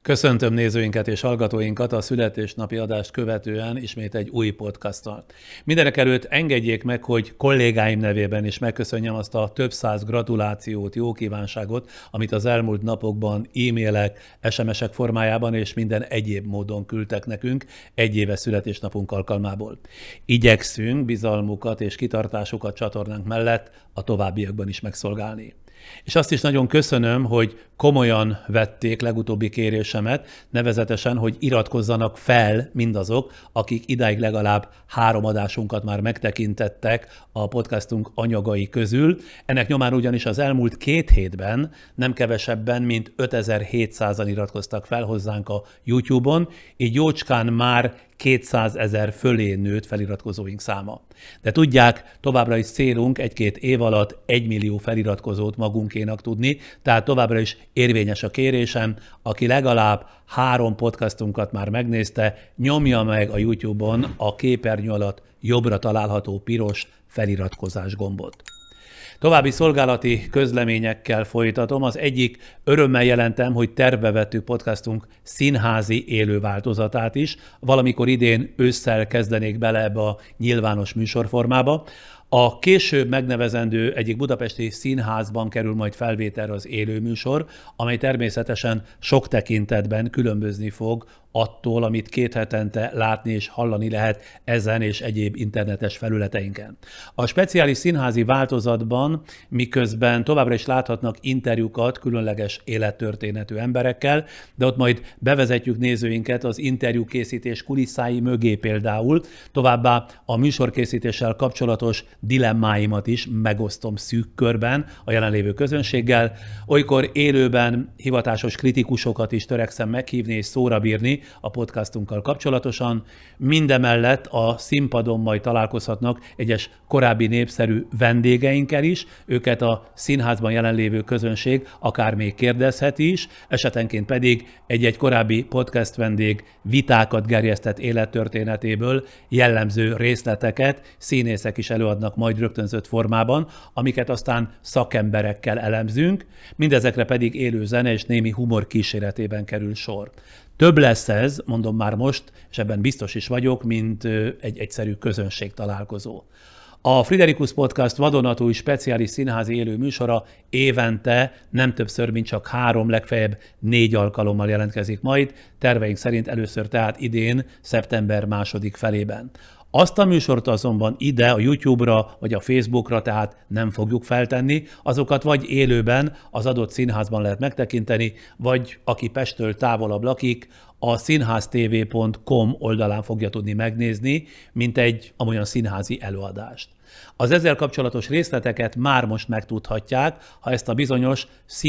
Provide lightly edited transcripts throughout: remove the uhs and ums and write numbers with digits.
Köszöntöm nézőinket és hallgatóinkat a születésnapi adást követően ismét egy új podcasttal. Mindenekelőtt engedjék meg, hogy kollégáim nevében is megköszönjem azt a több száz gratulációt, jó kívánságot, amit az elmúlt napokban e-mailek, SMS-ek formájában és minden egyéb módon küldtek nekünk egy éves születésnapunk alkalmából. Igyekszünk bizalmukat és kitartásukat csatornánk mellett a továbbiakban is megszolgálni. És azt is nagyon köszönöm, hogy komolyan vették legutóbbi kérésemet, nevezetesen, hogy iratkozzanak fel mindazok, akik idáig legalább 3 adásunkat már megtekintettek a podcastunk anyagai közül. Ennek nyomán ugyanis az elmúlt 2 hétben nem kevesebben, mint 5700-an iratkoztak fel hozzánk a YouTube-on, így jócskán már 200 000 fölé nőtt feliratkozóink száma. De tudják, továbbra is célunk 1-2 év alatt 1 millió feliratkozót magunkénak tudni, tehát továbbra is érvényes a kérésem, aki legalább 3 podcastunkat már megnézte, nyomja meg a YouTube-on a képernyő alatt jobbra található piros feliratkozás gombot. További szolgálati közleményekkel folytatom. Az egyik, örömmel jelentem, hogy tervbe vettük podcastunk színházi élő változatát is. Valamikor idén ősszel kezdenék bele ebbe a nyilvános műsorformába. A később megnevezendő egyik budapesti színházban kerül majd felvételre az élőműsor, amely természetesen sok tekintetben különbözni fog attól, amit 2 hetente látni és hallani lehet ezen és egyéb internetes felületeinken. A speciális színházi változatban, miközben továbbra is láthatnak interjúkat különleges élettörténetű emberekkel, de ott majd bevezetjük nézőinket az interjúkészítés kulisszái mögé például, továbbá a műsorkészítéssel kapcsolatos dilemmáimat is megosztom szűk körben a jelenlévő közönséggel. Olykor élőben hivatásos kritikusokat is törekszem meghívni és szóra bírni a podcastunkkal kapcsolatosan. Mindemellett a színpadon majd találkozhatnak egyes korábbi népszerű vendégeinkkel is, őket a színházban jelenlévő közönség akár még kérdezhet is, esetenként pedig egy-egy korábbi podcast vendég vitákat gerjesztett élettörténetéből jellemző részleteket színészek is előadnak majd rögtönzött formában, amiket aztán szakemberekkel elemzünk, mindezekre pedig élő zene és némi humor kíséretében kerül sor. Több lesz ez, mondom már most, és ebben biztos is vagyok, mint egy egyszerű közönségtalálkozó. A Friderikus Podcast vadonatúj speciális színházi élő műsora évente nem többször, mint csak 3, legfeljebb 4 alkalommal jelentkezik majd, terveink szerint először tehát idén, szeptember 2. felében. Azt a műsort azonban ide, a YouTube-ra vagy a Facebookra tehát nem fogjuk feltenni, azokat vagy élőben az adott színházban lehet megtekinteni, vagy aki Pesttől távolabb lakik, a színháztv.com oldalán fogja tudni megnézni, mint egy amolyan színházi előadást. Az ezzel kapcsolatos részleteket már most megtudhatják, ha ezt a bizonyos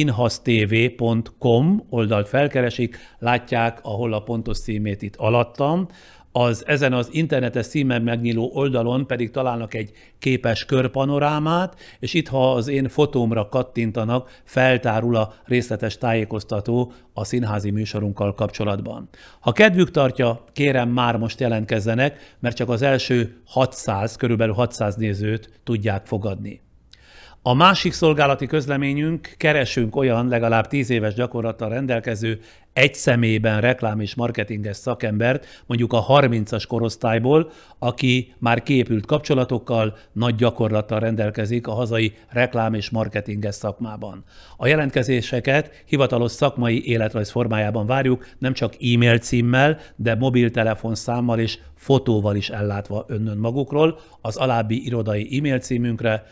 színháztv.com oldalt felkeresik, látják a honlap pontos címét itt alattam. Ezen az internetes címen megnyíló oldalon pedig találnak egy képes körpanorámát, és itt, ha az én fotómra kattintanak, feltárul a részletes tájékoztató a színházi műsorunkkal kapcsolatban. Ha kedvük tartja, kérem már most jelentkezzenek, mert csak az első 600, körülbelül 600 nézőt tudják fogadni. A másik szolgálati közleményünk, keresünk olyan legalább 10 éves gyakorlattal rendelkező egy személyben reklám és marketinges szakembert, mondjuk a 30-as korosztályból, aki már kiépült kapcsolatokkal, nagy gyakorlattal rendelkezik a hazai reklám és marketinges szakmában. A jelentkezéseket hivatalos szakmai életrajz formájában várjuk, nem csak e-mail címmel, de mobiltelefonszámmal és fotóval is ellátva önnön magukról, az alábbi irodai e-mail címünkre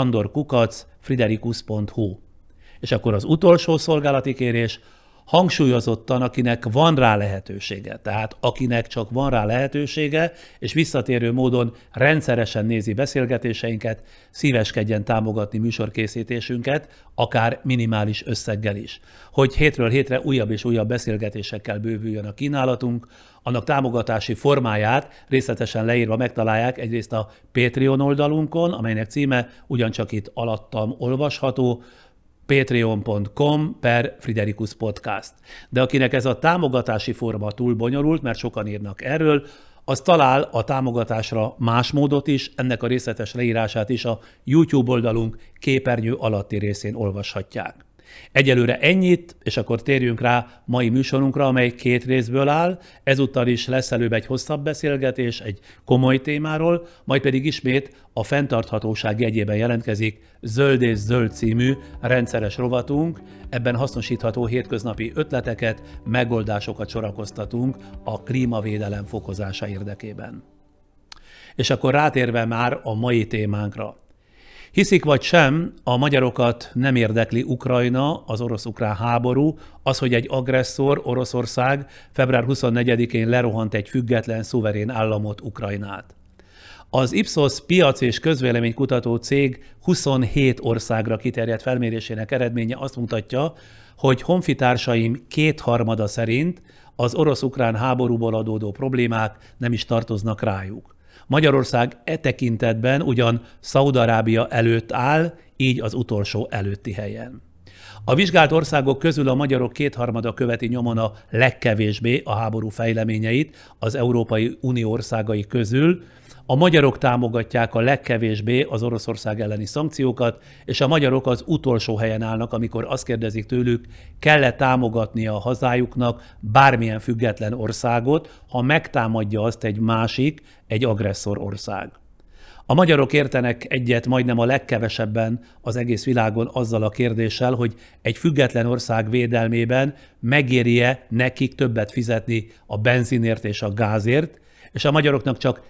sandor@friderikus.hu. És akkor az utolsó szolgálati kérés, hangsúlyozottan, akinek van rá lehetősége, tehát akinek csak van rá lehetősége, és visszatérő módon rendszeresen nézi beszélgetéseinket, szíveskedjen támogatni műsorkészítésünket, akár minimális összeggel is. Hogy hétről hétre újabb és újabb beszélgetésekkel bővüljön a kínálatunk, annak támogatási formáját részletesen leírva megtalálják egyrészt a Patreon oldalunkon, amelynek címe ugyancsak itt alattam olvasható, patreon.com/Friderikus Podcast. De akinek ez a támogatási forma túl bonyolult, mert sokan írnak erről, az talál a támogatásra más módot is, ennek a részletes leírását is a YouTube oldalunk képernyő alatti részén olvashatják. Egyelőre ennyit, és akkor térjünk rá mai műsorunkra, amely 2 részből áll. Ezúttal is lesz előbb egy hosszabb beszélgetés egy komoly témáról, majd pedig ismét a fenntarthatóság jegyében jelentkezik Zöld és Zöld című rendszeres rovatunk. Ebben hasznosítható hétköznapi ötleteket, megoldásokat sorakoztatunk a klímavédelem fokozása érdekében. És akkor rátérve már a mai témánkra. Hiszik vagy sem, a magyarokat nem érdekli Ukrajna, az orosz-ukrán háború, az, hogy egy agresszor, Oroszország február 24-én lerohant egy független, szuverén államot, Ukrajnát. Az Ipsos piac- és közvéleménykutató cég 27 országra kiterjedt felmérésének eredménye azt mutatja, hogy honfitársaim 2/3 szerint az orosz-ukrán háborúból adódó problémák nem is tartoznak rájuk. Magyarország e tekintetben ugyan Szaúd-Arábia előtt áll, így az utolsó előtti helyen. A vizsgált országok közül a magyarok 2/3 követi nyomon a legkevésbé a háború fejleményeit az Európai Unió országai közül. A magyarok támogatják a legkevésbé az Oroszország elleni szankciókat, és a magyarok az utolsó helyen állnak, amikor azt kérdezik tőlük, kell-e támogatnia a hazájuknak bármilyen független országot, ha megtámadja azt egy másik, egy agresszor ország. A magyarok értenek egyet majdnem a legkevesebben az egész világon azzal a kérdéssel, hogy egy független ország védelmében megéri-e nekik többet fizetni a benzinért és a gázért, és a magyaroknak csak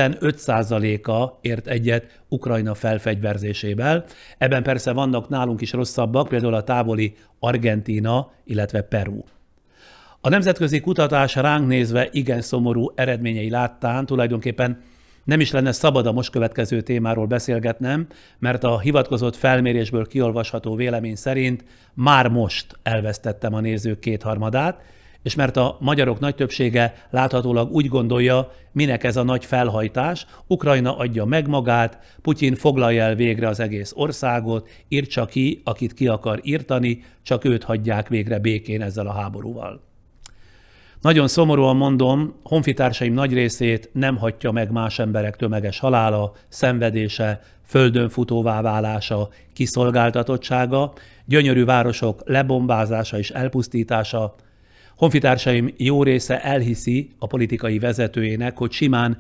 15%-a ért egyet Ukrajna felfegyverzésével. Ebben persze vannak nálunk is rosszabbak, például a távoli Argentína, illetve Peru. A nemzetközi kutatás ránk nézve igen szomorú eredményei láttán tulajdonképpen nem is lenne szabad a most következő témáról beszélgetnem, mert a hivatkozott felmérésből kiolvasható vélemény szerint már most elvesztettem a nézők 2/3, és mert a magyarok nagy többsége láthatólag úgy gondolja, minek ez a nagy felhajtás, Ukrajna adja meg magát, Putyin foglalja el végre az egész országot, írtsa ki, akit ki akar írtani, csak őt hagyják végre békén ezzel a háborúval. Nagyon szomorúan mondom, honfitársaim nagy részét nem hagyja meg más emberek tömeges halála, szenvedése, földön futóvá válása, kiszolgáltatottsága, gyönyörű városok lebombázása és elpusztítása. Honfitársaim jó része elhiszi a politikai vezetőjének, hogy simán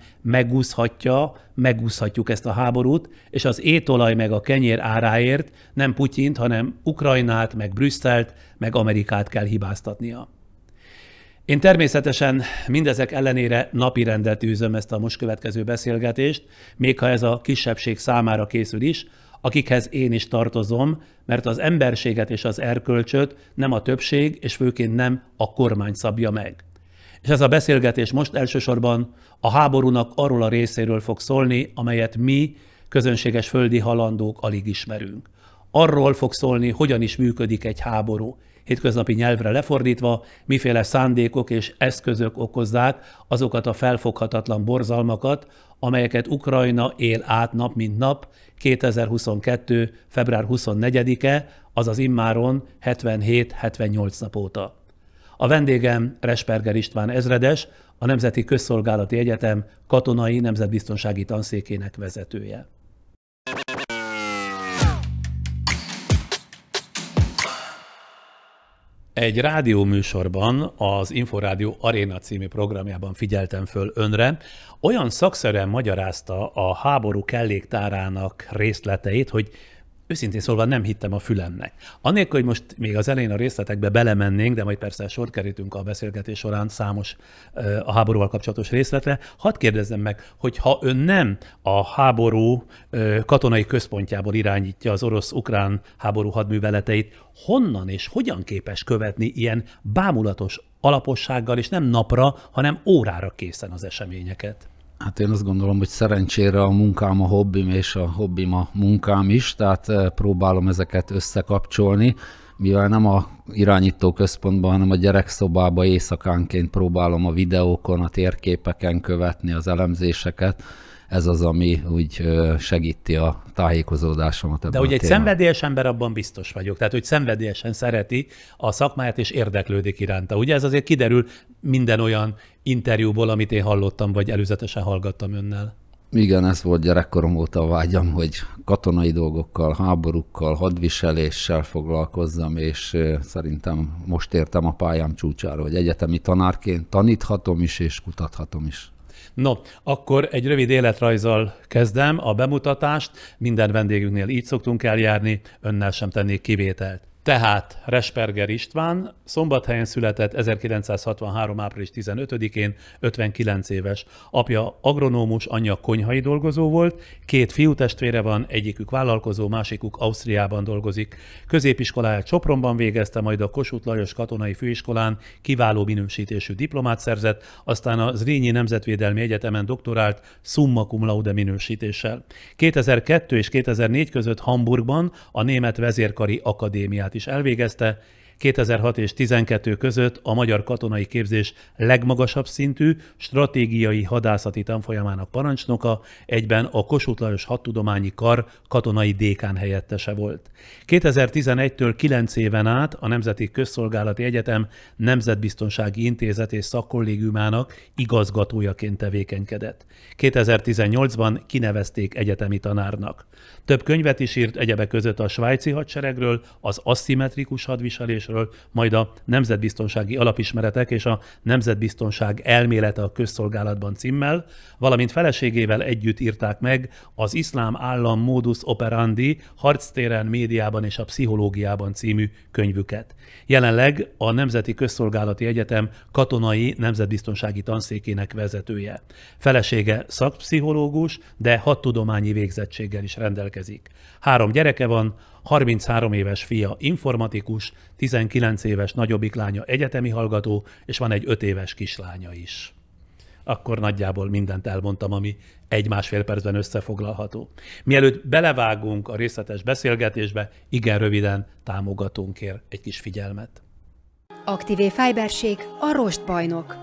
megúszhatjuk ezt a háborút, és az étolaj meg a kenyér áráért nem Putyint, hanem Ukrajnát, meg Brüsszelt, meg Amerikát kell hibáztatnia. Én természetesen mindezek ellenére napirendet tűzöm ezt a most következő beszélgetést, még ha ez a kisebbség számára készül is, akikhez én is tartozom, mert az emberséget és az erkölcsöt nem a többség, és főként nem a kormány szabja meg. És ez a beszélgetés most elsősorban a háborúnak arról a részéről fog szólni, amelyet mi, közönséges földi halandók alig ismerünk. Arról fog szólni, hogyan is működik egy háború. Hétköznapi nyelvre lefordítva, miféle szándékok és eszközök okozzák azokat a felfoghatatlan borzalmakat, amelyeket Ukrajna él át nap mint nap 2022. február 24-e, azaz immáron 77-78 nap óta. A vendégem Resperger István ezredes, a Nemzeti Közszolgálati Egyetem katonai nemzetbiztonsági tanszékének vezetője. Egy rádióműsorban, az Inforádió Aréna című programjában figyeltem föl önre, olyan szakszerűen magyarázta a háború kelléktárának részleteit, hogy őszintén szólva nem hittem a fülemnek. Annélkül, hogy most még az elején a részletekbe belemennénk, de majd persze sort kerítünk a beszélgetés során számos a háborúval kapcsolatos részletre, hadd kérdezzem meg, hogy ha ön nem a háború katonai központjából irányítja az orosz-ukrán háború hadműveleteit, honnan és hogyan képes követni ilyen bámulatos alapossággal, és nem napra, hanem órára készen az eseményeket? Hát én azt gondolom, hogy szerencsére a munkám a hobbim, és a hobbim a munkám is, tehát próbálom ezeket összekapcsolni, mivel nem a irányító központban, hanem a gyerekszobában éjszakánként próbálom a videókon, a térképeken követni az elemzéseket. Ez az, ami úgy segíti a tájékozódásomat ebben. De hogy egy szenvedélyes ember, abban biztos vagyok. Tehát, hogy szenvedélyesen szereti a szakmáját és érdeklődik iránta. Ugye ez azért kiderül minden olyan interjúból, amit én hallottam, vagy előzetesen hallgattam önnel. Igen, ez volt gyerekkorom óta a vágyam, hogy katonai dolgokkal, háborúkkal, hadviseléssel foglalkozzam, és szerintem most értem a pályám csúcsára, hogy egyetemi tanárként taníthatom is, és kutathatom is. No, akkor egy rövid életrajzzal kezdem a bemutatást. Minden vendégünknél így szoktunk eljárni, önnel sem tennék kivételt. Tehát Resperger István Szombathelyen született 1963. április 15-én, 59 éves. Apja agronómus, anyja konyhai dolgozó volt, 2 fiútestvére van, egyikük vállalkozó, másikuk Ausztriában dolgozik. Középiskoláját Sopronban végezte, majd a Kossuth Lajos Katonai Főiskolán kiváló minősítésű diplomát szerzett, aztán a Zrínyi Nemzetvédelmi Egyetemen doktorált summa cum laude minősítéssel. 2002 és 2004 között Hamburgban a Német Vezérkari Akadémiát is elvégezte, 2006 és 2012 között a magyar katonai képzés legmagasabb szintű stratégiai hadászati tanfolyamának parancsnoka, egyben a Kossuth Lajos Hadtudományi Kar katonai dékán helyettese volt. 2011-től 9 éven át a Nemzeti Közszolgálati Egyetem Nemzetbiztonsági Intézet és szakkollégiumának igazgatójaként tevékenykedett. 2018-ban kinevezték egyetemi tanárnak. Több könyvet is írt, egyebek között a svájci hadseregről, az aszimmetrikus hadviselésről, majd a nemzetbiztonsági alapismeretek és a nemzetbiztonság elmélete a közszolgálatban címmel, valamint feleségével együtt írták meg az Iszlám Állam modus operandi harctéren, médiában és a pszichológiában című könyvüket. Jelenleg a Nemzeti Közszolgálati Egyetem katonai nemzetbiztonsági tanszékének vezetője. Felesége szakpszichológus, de hadtudományi végzettséggel is rendelkezik. 3 gyereke van, 33 éves fia informatikus, 19 éves nagyobbik lánya egyetemi hallgató, és van egy 5 éves kislánya is. Akkor nagyjából mindent elmondtam, ami 1-1,5 percben összefoglalható. Mielőtt belevágunk a részletes beszélgetésbe, igen röviden támogatónkért egy kis figyelmet. Activé Fiberség a rostbajnok.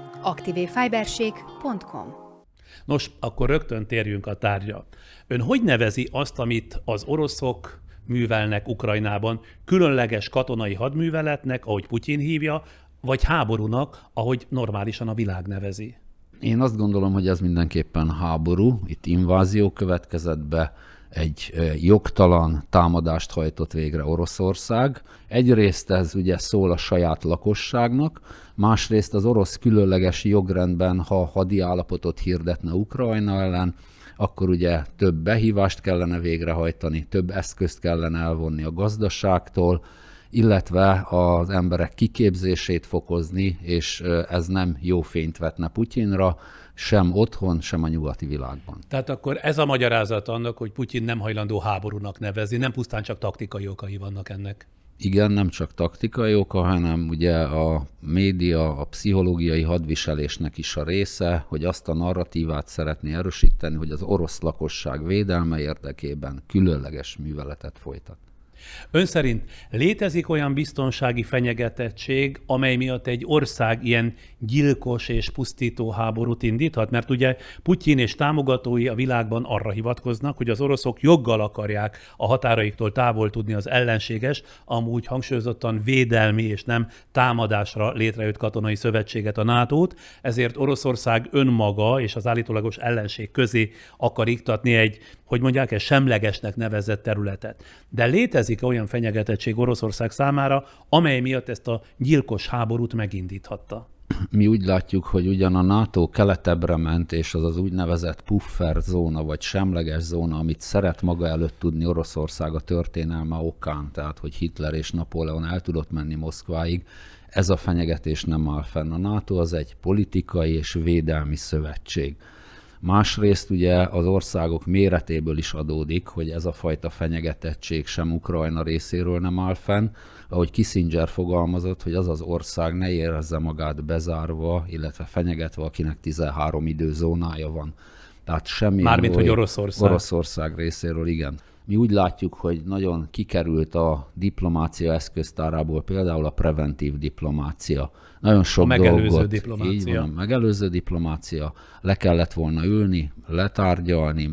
activefiberség.com. Nos, akkor rögtön térjünk a tárgyra. Ön hogy nevezi azt, amit az oroszok művelnek Ukrajnában, különleges katonai hadműveletnek, ahogy Putyin hívja, vagy háborúnak, ahogy normálisan a világ nevezi? Én azt gondolom, hogy ez mindenképpen háború. Itt invázió következett be, egy jogtalan támadást hajtott végre Oroszország. Egyrészt ez ugye szól a saját lakosságnak, másrészt az orosz különleges jogrendben, ha hadi állapotot hirdetne Ukrajna ellen, akkor ugye több behívást kellene végrehajtani, több eszközt kellene elvonni a gazdaságtól, illetve az emberek kiképzését fokozni, és ez nem jó fényt vetne Putyinra, sem otthon, sem a nyugati világban. Tehát akkor ez a magyarázat annak, hogy Putyin nem hajlandó háborúnak nevezni, nem pusztán csak taktikai okai vannak ennek. Igen, nem csak taktikai oka, hanem ugye a média, a pszichológiai hadviselésnek is a része, hogy azt a narratívát szeretné erősíteni, hogy az orosz lakosság védelme érdekében különleges műveletet folytat. Ön szerint létezik olyan biztonsági fenyegetettség, amely miatt egy ország ilyen gyilkos és pusztító háborút indíthat? Mert ugye Putyin és támogatói a világban arra hivatkoznak, hogy az oroszok joggal akarják a határaiktól távol tudni az ellenséges, amúgy hangsúlyozottan védelmi és nem támadásra létrejött katonai szövetséget, a NATO-t, ezért Oroszország önmaga és az állítólagos ellenség közé akar iktatni egy, hogy mondják, egy semlegesnek nevezett területet. De létezik olyan fenyegetettség Oroszország számára, amely miatt ezt a gyilkos háborút megindíthatta? Mi úgy látjuk, hogy ugyan a NATO keletebbre ment, és az az úgynevezett puffer zóna, vagy semleges zóna, amit szeret maga előtt tudni Oroszország a történelme okán, tehát hogy Hitler és Napóleon el tudott menni Moszkváig, ez a fenyegetés nem áll fenn. A NATO az egy politikai és védelmi szövetség. Másrészt ugye az országok méretéből is adódik, hogy ez a fajta fenyegetettség sem Ukrajna részéről nem áll fenn. Ahogy Kissinger fogalmazott, hogy az az ország ne érezze magát bezárva, illetve fenyegetve, akinek 13 időzónája van. Tehát semmi. Mármint, hogy Oroszország részéről, igen. Mi úgy látjuk, hogy nagyon kikerült a diplomácia eszköztárából például a preventív diplomácia. Nagyon sok megelőző diplomácia. Így van, a megelőző diplomácia. Le kellett volna ülni, letárgyalni,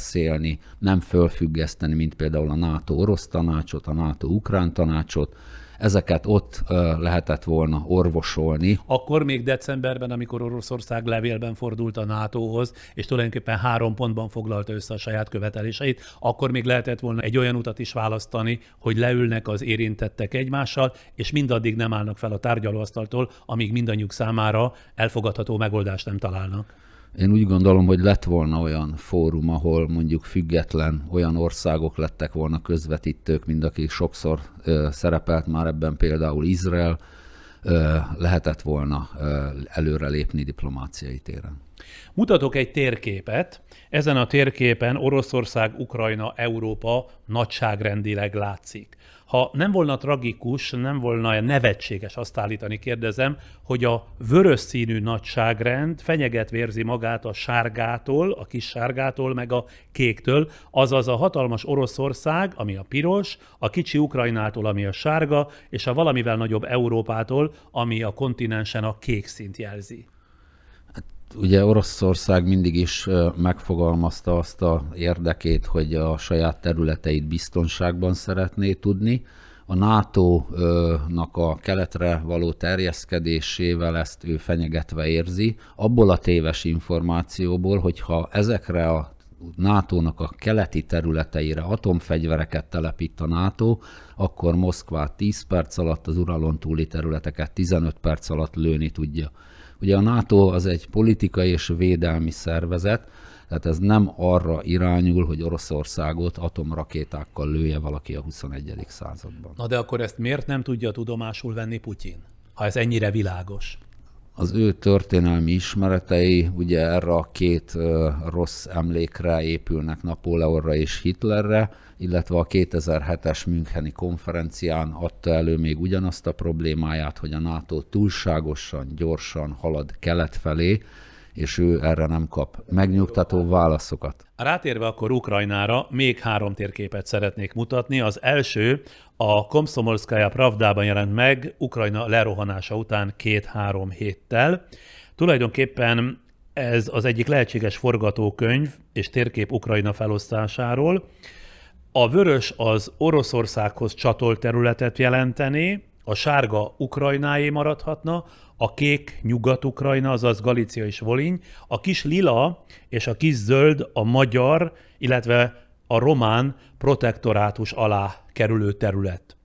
megbeszélni, nem fölfüggeszteni, mint például a NATO orosz tanácsot, a NATO ukrán tanácsot. ezeket ott lehetett volna orvosolni. Akkor még decemberben, amikor Oroszország levélben fordult a NATO-hoz, és tulajdonképpen 3 pontban foglalta össze a saját követeléseit, akkor még lehetett volna egy olyan utat is választani, hogy leülnek az érintettek egymással, és mindaddig nem állnak fel a tárgyalóasztaltól, amíg mindannyiuk számára elfogadható megoldást nem találnak. Én úgy gondolom, hogy lett volna olyan fórum, ahol mondjuk független olyan országok lettek volna közvetítők, mind akik sokszor szerepelt már ebben, például Izrael, lehetett volna előrelépni diplomáciai téren. Mutatok egy térképet. Ezen a térképen Oroszország, Ukrajna, Európa nagyságrendileg látszik. Ha nem volna tragikus, nem volna nevetséges azt állítani, kérdezem, hogy a vörös színű nagyságrend fenyegetve érzi magát a sárgától, a kis sárgától, meg a kéktől, azaz a hatalmas Oroszország, ami a piros, a kicsi Ukrajnától, ami a sárga, és a valamivel nagyobb Európától, ami a kontinensen a kék színt jelzi. Ugye Oroszország mindig is megfogalmazta azt a érdekét, hogy a saját területeit biztonságban szeretné tudni. A NATO-nak a keletre való terjeszkedésével ezt ő fenyegetve érzi. Abból a téves információból, hogyha ezekre a NATO-nak a keleti területeire atomfegyvereket telepít a NATO, akkor Moszkvát 10 perc alatt, az Uralon túli területeket 15 perc alatt lőni tudja. Ugye a NATO az egy politikai és védelmi szervezet, tehát ez nem arra irányul, hogy Oroszországot atomrakétákkal lője valaki a 21. században. Na de akkor ezt miért nem tudja tudomásul venni Putyin, ha ez ennyire világos? Az ő történelmi ismeretei ugye erre a 2 rossz emlékre épülnek, Napóleonra és Hitlerre, illetve a 2007-es Müncheni konferencián adta elő még ugyanazt a problémáját, hogy a NATO túlságosan gyorsan halad kelet felé, és ő erre nem kap megnyugtató válaszokat. Rátérve akkor Ukrajnára, még 3 térképet szeretnék mutatni. Az első a Komszomolszkaja Pravdában jelent meg Ukrajna lerohanása után 2-3 héttel. Tulajdonképpen ez az egyik lehetséges forgatókönyv és térkép Ukrajna felosztásáról. A vörös az Oroszországhoz csatolt területet jelenteni, a sárga Ukrajnáé maradhatna, a kék Nyugat-Ukrajna, azaz Galícia és Volin, a kis lila és a kis zöld a magyar, illetve a román protektorátus alá kerülő terület.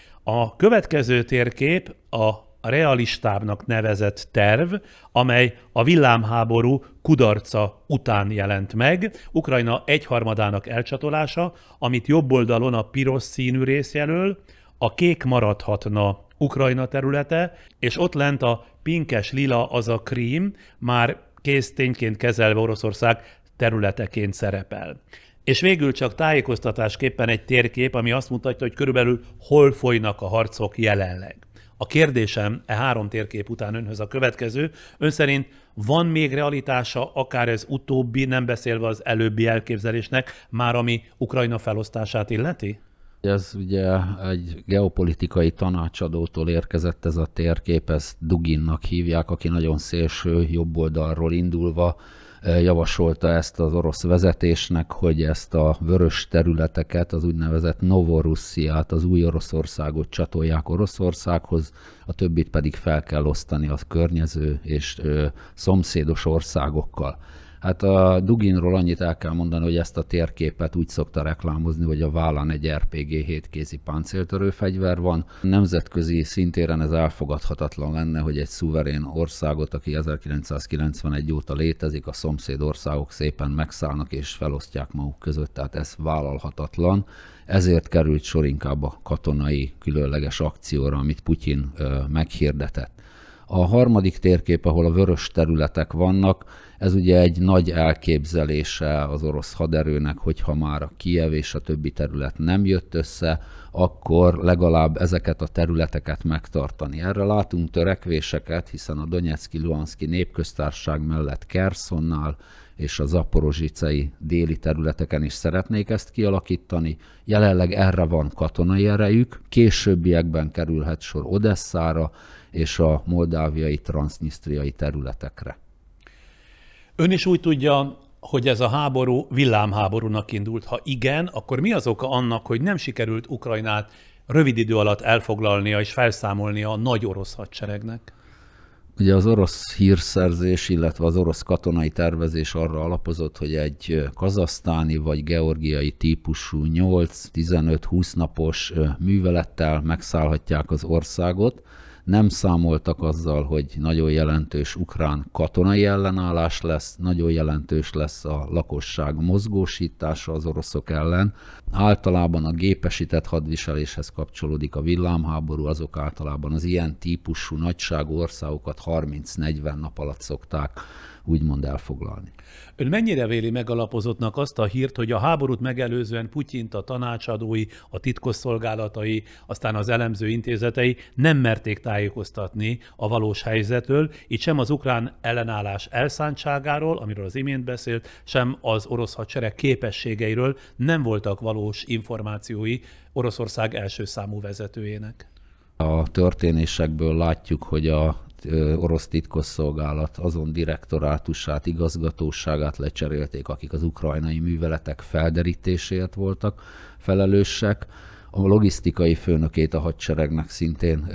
A következő térkép a realistábbnak nevezett terv, amely a villámháború kudarca után jelent meg, Ukrajna 1/3 elcsatolása, amit jobb oldalon a piros színű rész jelöl, a kék maradhatna Ukrajna területe, és ott lent a pinkes lila, az a Krím, már kész tényként kezelve Oroszország területeként szerepel. És végül csak tájékoztatásképpen egy térkép, ami azt mutatja, hogy körülbelül hol folynak a harcok jelenleg. A kérdésem 3 térkép után önhöz a következő. Ön szerint van még realitása, akár ez utóbbi, nem beszélve az előbbi elképzelésnek, már ami Ukrajna felosztását illeti? Ez ugye egy geopolitikai tanácsadótól érkezett ez a térkép, ezt Duginnak hívják, aki nagyon szélső, jobb oldalról indulva javasolta ezt az orosz vezetésnek, hogy ezt a vörös területeket, az úgynevezett Novorussziát, az új Oroszországot csatolják Oroszországhoz, a többit pedig fel kell osztani a környező és szomszédos országokkal. Hát a Duginról annyit el kell mondani, hogy ezt a térképet úgy szokta reklámozni, hogy a vállán egy RPG-7 kézi páncéltörő fegyver van. Nemzetközi szintéren ez elfogadhatatlan lenne, hogy egy szuverén országot, aki 1991 óta létezik, a szomszéd országok szépen megszállnak és felosztják maguk között, tehát ez vállalhatatlan. Ezért került sor inkább a katonai különleges akcióra, amit Putyin meghirdetett. A harmadik térkép, ahol a vörös területek vannak, ez ugye egy nagy elképzelése az orosz haderőnek, hogyha már a Kijev és a többi terület nem jött össze, akkor legalább ezeket a területeket megtartani. Erre látunk törekvéseket, hiszen a Donetszki-Luhanszki népköztársaság mellett Kerszonnál és a zaporozsicei déli területeken is szeretnék ezt kialakítani. Jelenleg erre van katonai erejük, későbbiekben kerülhet sor Odesszára és a moldáviai, transznisztriai területekre. Ön is úgy tudja, hogy ez a háború villámháborúnak indult. Ha igen, akkor mi az oka annak, hogy nem sikerült Ukrajnát rövid idő alatt elfoglalnia és felszámolnia a nagy orosz hadseregnek? Ugye az orosz hírszerzés, illetve az orosz katonai tervezés arra alapozott, hogy egy kazahsztáni vagy georgiai típusú 8-15-20 napos művelettel megszállhatják az országot. Nem számoltak azzal, hogy nagyon jelentős ukrán katonai ellenállás lesz, nagyon jelentős lesz a lakosság mozgósítása az oroszok ellen. Általában a gépesített hadviseléshez kapcsolódik a villámháború, azok általában az ilyen típusú nagyságú országokat 30-40 nap alatt szokták úgymond elfoglalni. Ön mennyire véli megalapozottnak azt a hírt, hogy a háborút megelőzően Putyint a tanácsadói, a titkosszolgálatai, aztán az elemző intézetei nem merték tájékoztatni a valós helyzetről, így sem az ukrán ellenállás elszántságáról, amiről az imént beszélt, sem az orosz hadsereg képességeiről nem voltak valós információi Oroszország első számú vezetőjének? A történésekből látjuk, hogy a orosz titkosszolgálat azon direktorátusát, igazgatóságát lecserélték, akik az ukrajnai műveletek felderítéséért voltak felelősek. A logisztikai főnökét a hadseregnek szintén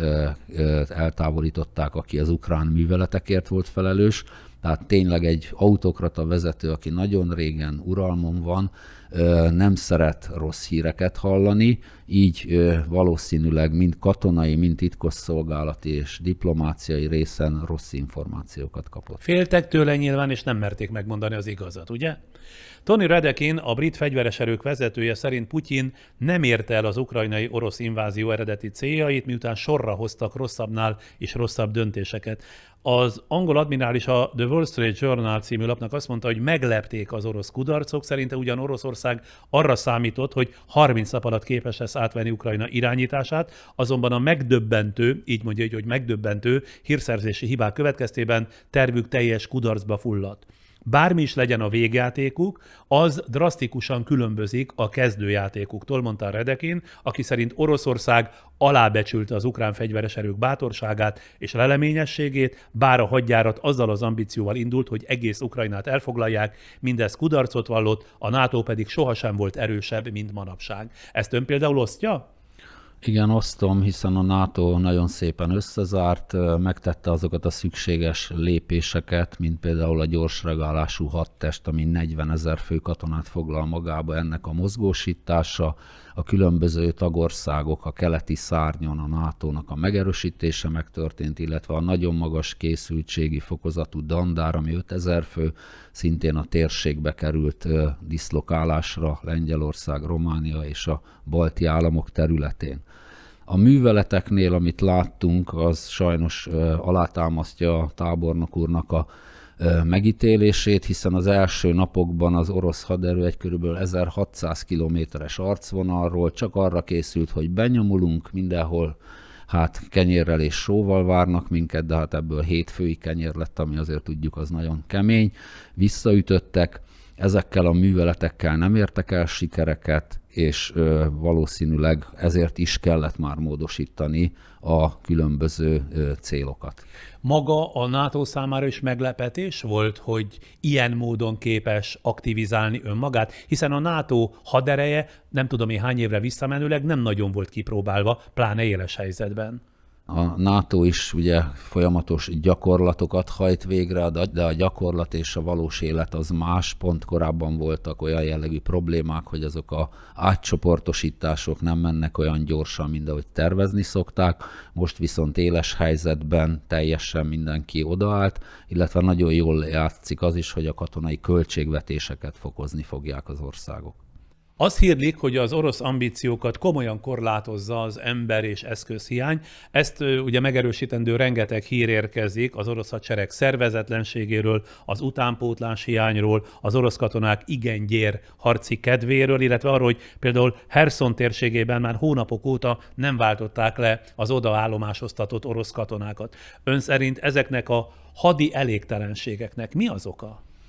eltávolították, aki az ukrán műveletekért volt felelős. Tehát tényleg egy autokrata vezető, aki nagyon régen uralmon van, nem szeret rossz híreket hallani, így valószínűleg mind katonai, mind titkosszolgálati és diplomáciai részen rossz információkat kapott. Féltek tőle nyilván, és nem merték megmondani az igazat, ugye? Tony Radakin, a brit fegyveres erők vezetője szerint Putyin nem érte el az ukrajnai orosz invázió eredeti céljait, miután sorra hoztak rosszabbnál és rosszabb döntéseket. Az angol admirális a The Wall Street Journal című lapnak azt mondta, hogy meglepték az orosz kudarcok, szerinte ugyan Oroszország arra számított, hogy 30 nap alatt képes lesz átvenni Ukrajna irányítását, azonban a megdöbbentő, így mondja, hogy megdöbbentő hírszerzési hibák következtében tervük teljes kudarcba fulladt. Bármi is legyen a végjátékuk, az drasztikusan különbözik a kezdőjátékuktól, mondta Radakin, aki szerint Oroszország alábecsülte az ukrán fegyveres erők bátorságát és leleményességét, bár a hadjárat azzal az ambícióval indult, hogy egész Ukrajnát elfoglalják, mindez kudarcot vallott, a NATO pedig sohasem volt erősebb, mint manapság. Ezt ön például osztja? Igen, osztom, hiszen a NATO nagyon szépen összezárt, megtette azokat a szükséges lépéseket, mint például a gyorsreagálású hadtest, ami 40 000 fő katonát foglal magába, ennek a mozgósítása, a különböző tagországok, a keleti szárnyon a NATO-nak a megerősítése megtörtént, illetve a nagyon magas készültségi fokozatú dandár, ami 5000 fő, szintén a térségbe került diszlokálásra Lengyelország, Románia és a balti államok területén. A műveleteknél, amit láttunk, az sajnos alátámasztja a tábornok úrnak a megítélését, hiszen az első napokban az orosz haderő egy körülbelül 1600 kilométeres arcvonalról csak arra készült, hogy benyomulunk, mindenhol hát kenyérrel és sóval várnak minket, de hát ebből 7 fői kenyér lett, ami azért tudjuk, az nagyon kemény. Visszaütöttek, ezekkel a műveletekkel nem értek el sikereket, és valószínűleg ezért is kellett már módosítani a különböző célokat. Maga a NATO számára is meglepetés volt, hogy ilyen módon képes aktivizálni önmagát, hiszen a NATO hadereje nem tudom én hány évre visszamenőleg nem nagyon volt kipróbálva, pláne éles helyzetben. A NATO is ugye folyamatos gyakorlatokat hajt végre, de a gyakorlat és a valós élet az más. Pont korábban voltak olyan jellegű problémák, hogy azok az átcsoportosítások nem mennek olyan gyorsan, mint ahogy tervezni szokták. Most viszont éles helyzetben teljesen mindenki odaállt, illetve nagyon jól játszik az is, hogy a katonai költségvetéseket fokozni fogják az országok. Azt hírlik, hogy az orosz ambíciókat komolyan korlátozza az ember- és eszközhiány. Ezt ugye megerősítendő rengeteg hír érkezik az orosz hadsereg szervezetlenségéről, az utánpótlás hiányról, az orosz katonák igen gyér harci kedvéről, illetve arról, hogy például Herson térségében már hónapok óta nem váltották le az odaállomásoztatott orosz katonákat. Ön szerint ezeknek a hadi elégtelenségeknek mi az oka?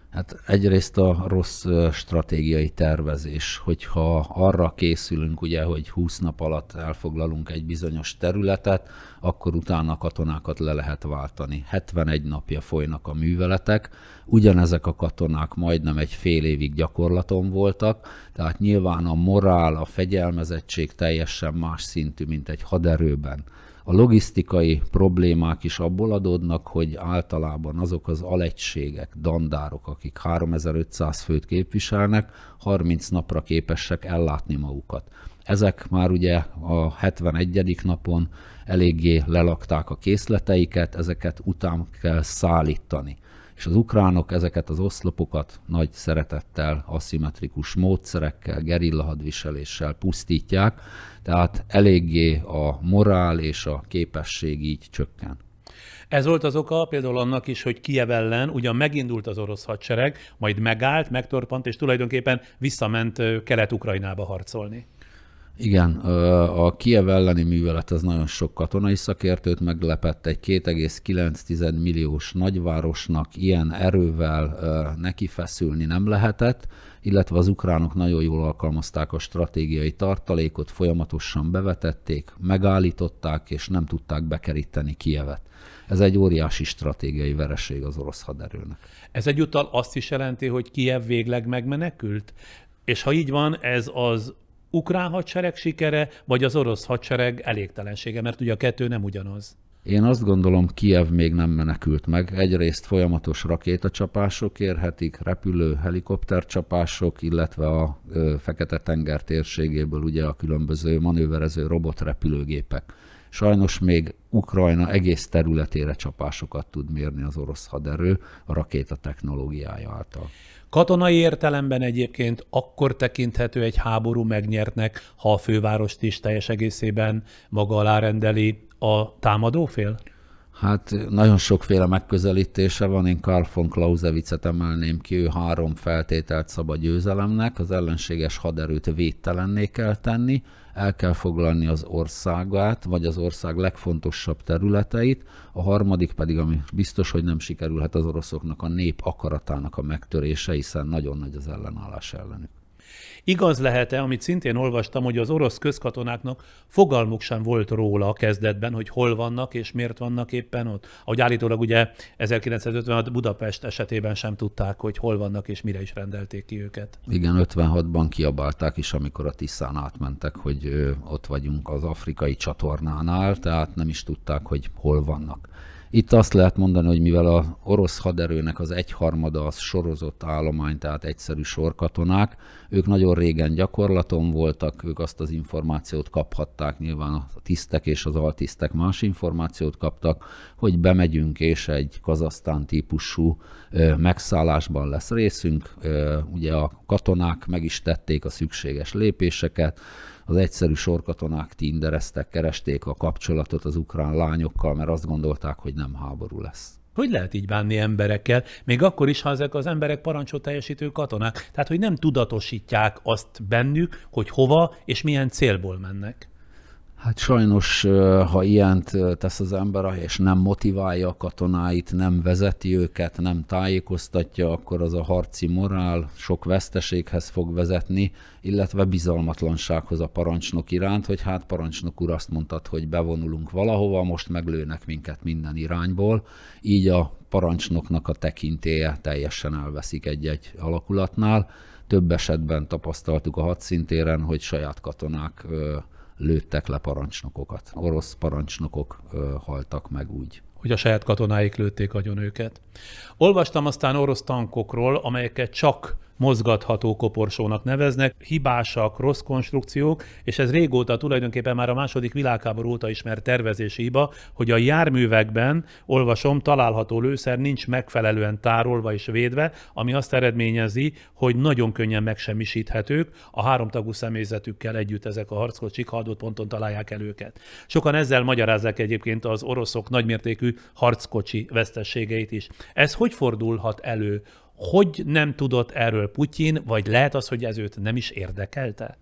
Hát egyrészt a rossz stratégiai tervezés, hogyha arra készülünk, ugye, hogy 20 nap alatt elfoglalunk egy bizonyos területet, akkor utána a katonákat le lehet váltani. 71 napja folynak a műveletek, ugyanezek a katonák majdnem egy fél évig gyakorlaton voltak, tehát nyilván a morál, a fegyelmezettség teljesen más szintű, mint egy haderőben. A logisztikai problémák is abból adódnak, hogy általában azok az alegységek, dandárok, akik 3500 főt képviselnek, 30 napra képesek ellátni magukat. Ezek már ugye a 71. napon eléggé lelakták a készleteiket, ezeket után kell szállítani. És az ukránok ezeket az oszlopokat nagy szeretettel, aszimmetrikus módszerekkel, gerillahadviseléssel pusztítják, tehát eléggé a morál és a képesség így csökken. Ez volt az oka például annak is, hogy Kijev ellen ugyan megindult az orosz hadsereg, majd megállt, megtorpant, és tulajdonképpen visszament Kelet-Ukrajnába harcolni. Igen, a Kijev elleni művelet az nagyon sok katonai szakértőt meglepett, egy 2,9 milliós nagyvárosnak ilyen erővel neki feszülni nem lehetett, illetve az ukránok nagyon jól alkalmazták a stratégiai tartalékot, folyamatosan bevetették, megállították, és nem tudták bekeríteni Kijevet. Ez egy óriási stratégiai vereség az orosz haderőnek. Ez egyúttal azt is jelenti, hogy Kijev végleg megmenekült? És ha így van, ez az ukrán hadsereg sikere, vagy az orosz hadsereg elégtelensége, mert ugye a kettő nem ugyanaz. Én azt gondolom, Kijev még nem menekült meg. Egyrészt folyamatos rakétacsapások érhetik, repülő, helikoptercsapások, illetve a Fekete-tenger térségéből ugye a különböző manőverező robotrepülőgépek. Sajnos még Ukrajna egész területére csapásokat tud mérni az orosz haderő a rakéta technológiája által. Katonai értelemben egyébként akkor tekinthető egy háború megnyertnek, ha a fővárost is teljes egészében maga alá rendeli a támadófél? Hát nagyon sokféle megközelítése van, én Karl von Clausewitzet emelném ki, ő 3 feltételt szab a győzelemnek, az ellenséges haderőt védtelenné kell tenni, el kell foglalni az országát, vagy az ország legfontosabb területeit, a harmadik pedig, ami biztos, hogy nem sikerülhet az oroszoknak, a nép akaratának a megtörése, hiszen nagyon nagy az ellenállás ellenük. Igaz lehet-e, amit szintén olvastam, hogy az orosz közkatonáknak fogalmuk sem volt róla a kezdetben, hogy hol vannak és miért vannak éppen ott? Ahogy állítólag ugye 1956 Budapest esetében sem tudták, hogy hol vannak és mire is rendelték ki őket. Igen, 56-ban kiabálták is, amikor a Tiszán átmentek, hogy ott vagyunk az afrikai csatornánál, tehát nem is tudták, hogy hol vannak. Itt azt lehet mondani, hogy mivel az orosz haderőnek az 1/3 az sorozott állomány, tehát egyszerű sorkatonák, ők nagyon régen gyakorlaton voltak, ők azt az információt kaphatták, nyilván a tisztek és az altisztek más információt kaptak, hogy bemegyünk és egy Kazahsztán típusú megszállásban lesz részünk. Ugye a katonák meg is tették a szükséges lépéseket, az egyszerű sorkatonák tindereztek, keresték a kapcsolatot az ukrán lányokkal, mert azt gondolták, hogy nem háború lesz. Hogy lehet így bánni emberekkel, még akkor is, ha ezek az emberek parancsot teljesítő katonák, tehát hogy nem tudatosítják azt bennük, hogy hova és milyen célból mennek? Hát sajnos, ha ilyent tesz az ember, és nem motiválja a katonáit, nem vezeti őket, nem tájékoztatja, akkor az a harci morál sok veszteséghez fog vezetni, illetve bizalmatlansághoz a parancsnok iránt, hogy hát parancsnok úr azt mondtad, hogy bevonulunk valahova, most meglőnek minket minden irányból, így a parancsnoknak a tekintélye teljesen elveszik egy-egy alakulatnál. Több esetben tapasztaltuk a hadszintéren, hogy saját katonák lőttek le parancsnokokat. Orosz parancsnokok haltak meg úgy. Hogy a saját katonáik lőtték agyon őket. Olvastam aztán orosz tankokról, amelyeket csak mozgatható koporsónak neveznek, hibásak, rossz konstrukciók, és ez régóta tulajdonképpen már a második világháború óta ismert tervezési hiba, hogy a járművekben, olvasom, található lőszer nincs megfelelően tárolva és védve, ami azt eredményezi, hogy nagyon könnyen megsemmisíthetők, a 3 tagú személyzetükkel együtt ezek a harckocsik, ha adott ponton találják el őket. Sokan ezzel magyarázzák egyébként az oroszok nagymértékű harckocsi veszteségeit is. Ez hogy fordulhat elő? Hogy nem tudott erről Putyin, vagy lehet az, hogy ez őt nem is érdekelte?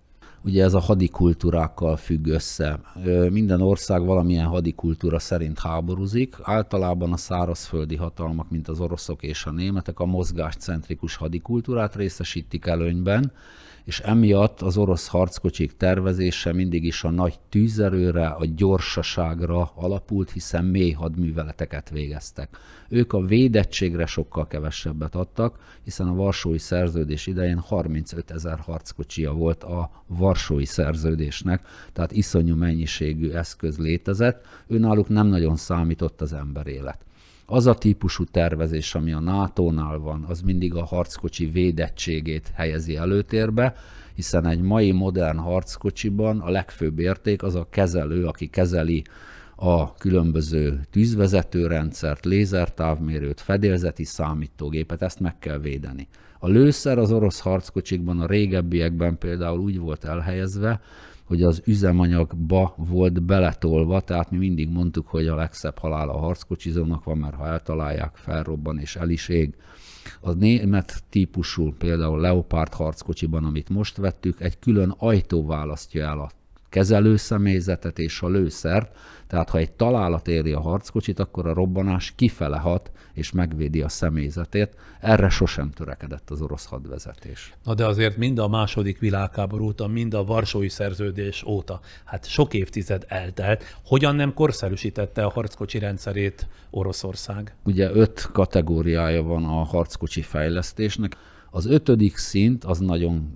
Ugye ez a hadikultúrákkal függ össze. Minden ország valamilyen hadikultúra szerint háborúzik. Általában a szárazföldi hatalmak, mint az oroszok és a németek a mozgáscentrikus hadikultúrát részesítik előnyben, és emiatt az orosz harckocsik tervezése mindig is a nagy tűzerőre, a gyorsaságra alapult, hiszen mély hadműveleteket végeztek. Ők a védettségre sokkal kevesebbet adtak, hiszen a Varsói Szerződés idején 35 000 harckocsija volt a Varsói Szerződésnek, tehát iszonyú mennyiségű eszköz létezett, őnáluk nem nagyon számított az emberélet. Az a típusú tervezés, ami a NATO-nál van, az mindig a harckocsi védettségét helyezi előtérbe, hiszen egy mai modern harckocsiban a legfőbb érték az a kezelő, aki kezeli a különböző tűzvezetőrendszert, lézertávmérőt, fedélzeti számítógépet, ezt meg kell védeni. A lőszer az orosz harckocsikban a régebbiekben például úgy volt elhelyezve, hogy az üzemanyagba volt beletolva, tehát mi mindig mondtuk, hogy a legszebb halál a harckocsizónak van, mert ha eltalálják, felrobban és el is ég. A német típusú, például Leopard harckocsiban, amit most vettük, egy külön ajtó választja el a kezelőszemélyzetet és a lőszert, tehát ha egy találat éri a harckocsit, akkor a robbanás kifele hat és megvédi a személyzetét. Erre sosem törekedett az orosz hadvezetés. Na de azért mind a második világháború óta, mind a Varsói Szerződés óta, hát sok évtized eltelt, hogyan nem korszerűsítette a harckocsi rendszerét Oroszország? Ugye 5 kategóriája van a harckocsi fejlesztésnek. Az 5. szint az nagyon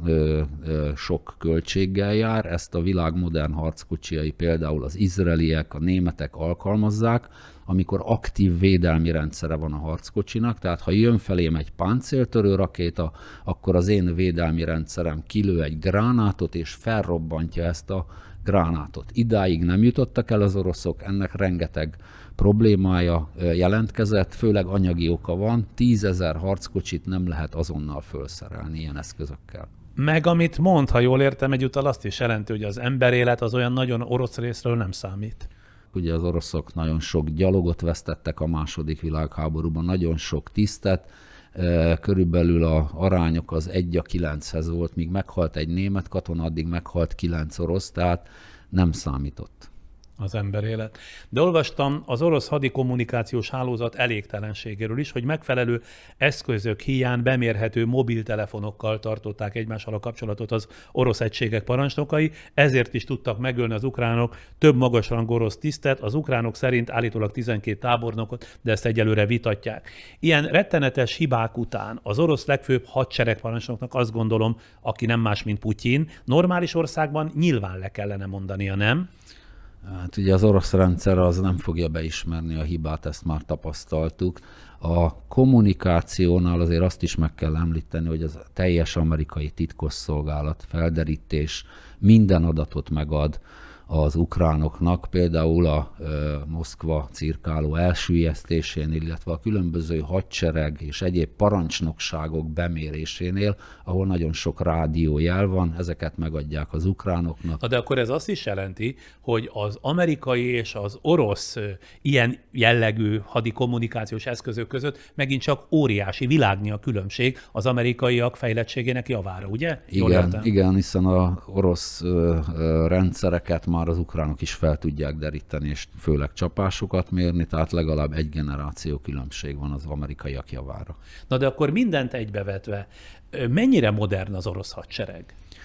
sok költséggel jár, ezt a világ modern harckocsiai, például az izraeliek, a németek alkalmazzák, amikor aktív védelmi rendszere van a harckocsinak, tehát ha jön felém egy páncéltörő rakéta, akkor az én védelmi rendszerem kilő egy gránátot és felrobbantja ezt a gránátot. Idáig nem jutottak el az oroszok, ennek rengeteg problémája jelentkezett, főleg anyagi oka van, 10 000 harckocsit nem lehet azonnal felszerelni ilyen eszközökkel. Meg amit mond, ha jól értem, egyúttal azt is jelenti, hogy az emberélet az olyan nagyon orosz részről nem számít. Ugye az oroszok nagyon sok gyalogot vesztettek a második világháborúban, nagyon sok tisztet, körülbelül az arányok az 1:9 volt, míg meghalt egy német katona, addig meghalt 9 orosz, tehát nem számított az emberélet. De olvastam az orosz hadikommunikációs hálózat elégtelenségéről is, hogy megfelelő eszközök hiány bemérhető mobiltelefonokkal tartották egymással a kapcsolatot az orosz egységek parancsnokai, ezért is tudtak megölni az ukránok több magasrangú orosz tisztet, az ukránok szerint állítólag 12 tábornokot, de ezt egyelőre vitatják. Ilyen rettenetes hibák után az orosz legfőbb hadseregparancsnoknak azt gondolom, aki nem más, mint Putyin, normális országban nyilván le kellene mondania, nem? Hát ugye az orosz rendszer az nem fogja beismerni a hibát, ezt már tapasztaltuk. A kommunikációnál azért azt is meg kell említeni, hogy az teljes amerikai titkosszolgálat felderítés minden adatot megad az ukránoknak, például a Moszkva cirkáló elsüllyesztésén, illetve a különböző hadsereg és egyéb parancsnokságok bemérésénél, ahol nagyon sok rádiójel van, ezeket megadják az ukránoknak. Na de akkor ez azt is jelenti, hogy az amerikai és az orosz ilyen jellegű hadikommunikációs eszközök között megint csak óriási, világnyi a különbség az amerikaiak fejlettségének javára, ugye? Igen, hiszen az orosz rendszereket már az ukránok is fel tudják deríteni, és főleg csapásokat mérni, tehát legalább egy generáció különbség van az amerikaiak javára. Na de akkor mindent egybevetve, mennyire modern az orosz hadsereg?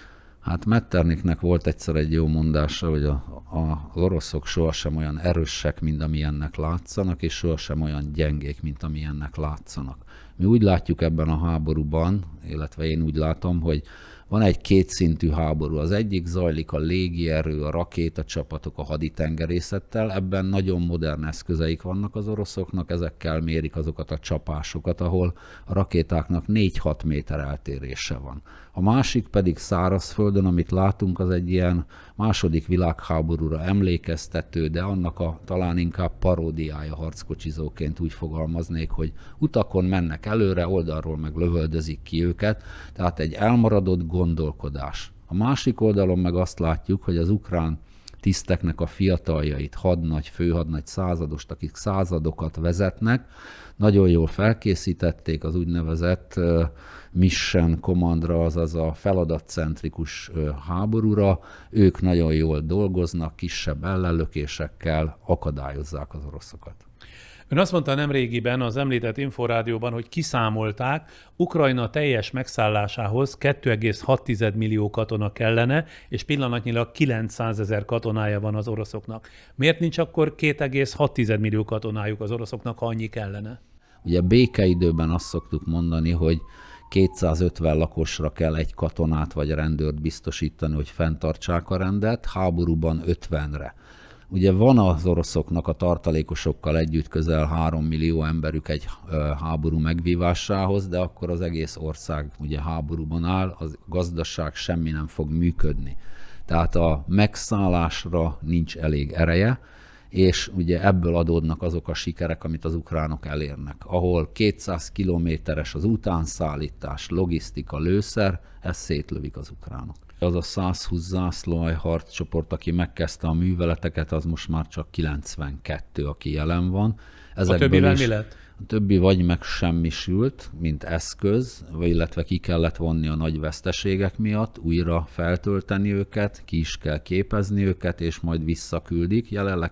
Hát Metternichnek volt egyszer egy jó mondása, hogy az oroszok sohasem olyan erősek, mint amilyennek látszanak, és sohasem olyan gyengék, mint amilyennek látszanak. Mi úgy látjuk ebben a háborúban, illetve én úgy látom, hogy van egy kétszintű háború. Az egyik zajlik a légierő, a rakétacsapatok, a haditengerészettel. Ebben nagyon modern eszközeik vannak az oroszoknak, ezekkel mérik azokat a csapásokat, ahol a rakétáknak 4-6 méter eltérése van. A másik pedig szárazföldön, amit látunk, az egy ilyen második világháborúra emlékeztető, de annak a talán inkább paródiája harckocsizóként úgy fogalmaznék, hogy utakon mennek előre, oldalról meg lövöldözik ki őket, tehát egy elmaradott gondolkodás. A másik oldalon meg azt látjuk, hogy az ukrán tiszteknek a fiataljait, hadnagy, főhadnagy, századost, akik századokat vezetnek, nagyon jól felkészítették az úgynevezett mission commandra, azaz a feladatcentrikus háborúra. Ők nagyon jól dolgoznak, kisebb ellenlökésekkel akadályozzák az oroszokat. Ön azt mondta nemrégiben az említett Inforádióban, hogy kiszámolták, Ukrajna teljes megszállásához 2,6 millió katona kellene, és pillanatnyilag 900 000 katonája van az oroszoknak. Miért nincs akkor 2,6 millió katonájuk az oroszoknak, ha annyi kellene? Ugye békeidőben azt szoktuk mondani, hogy 250 lakosra kell egy katonát vagy rendőrt biztosítani, hogy fenntartsák a rendet, háborúban 50-re. Ugye van az oroszoknak a tartalékosokkal együtt közel 3 millió emberük egy háború megvívásához, de akkor az egész ország ugye háborúban áll, a gazdaság semmi nem fog működni. Tehát a megszállásra nincs elég ereje, és ugye ebből adódnak azok a sikerek, amit az ukránok elérnek. Ahol 200 kilométeres az utánszállítás, logisztika, lőszer, ezt szétlövik az ukránok. Az a 120 zászlóalj harccsoport, aki megkezdte a műveleteket, az most már csak 92, aki jelen van. A többivel mi lett? A többi vagy megsemmisült, mint eszköz, illetve ki kellett vonni a nagy veszteségek miatt, újra feltölteni őket, ki is kell képezni őket, és majd visszaküldik. Jelenleg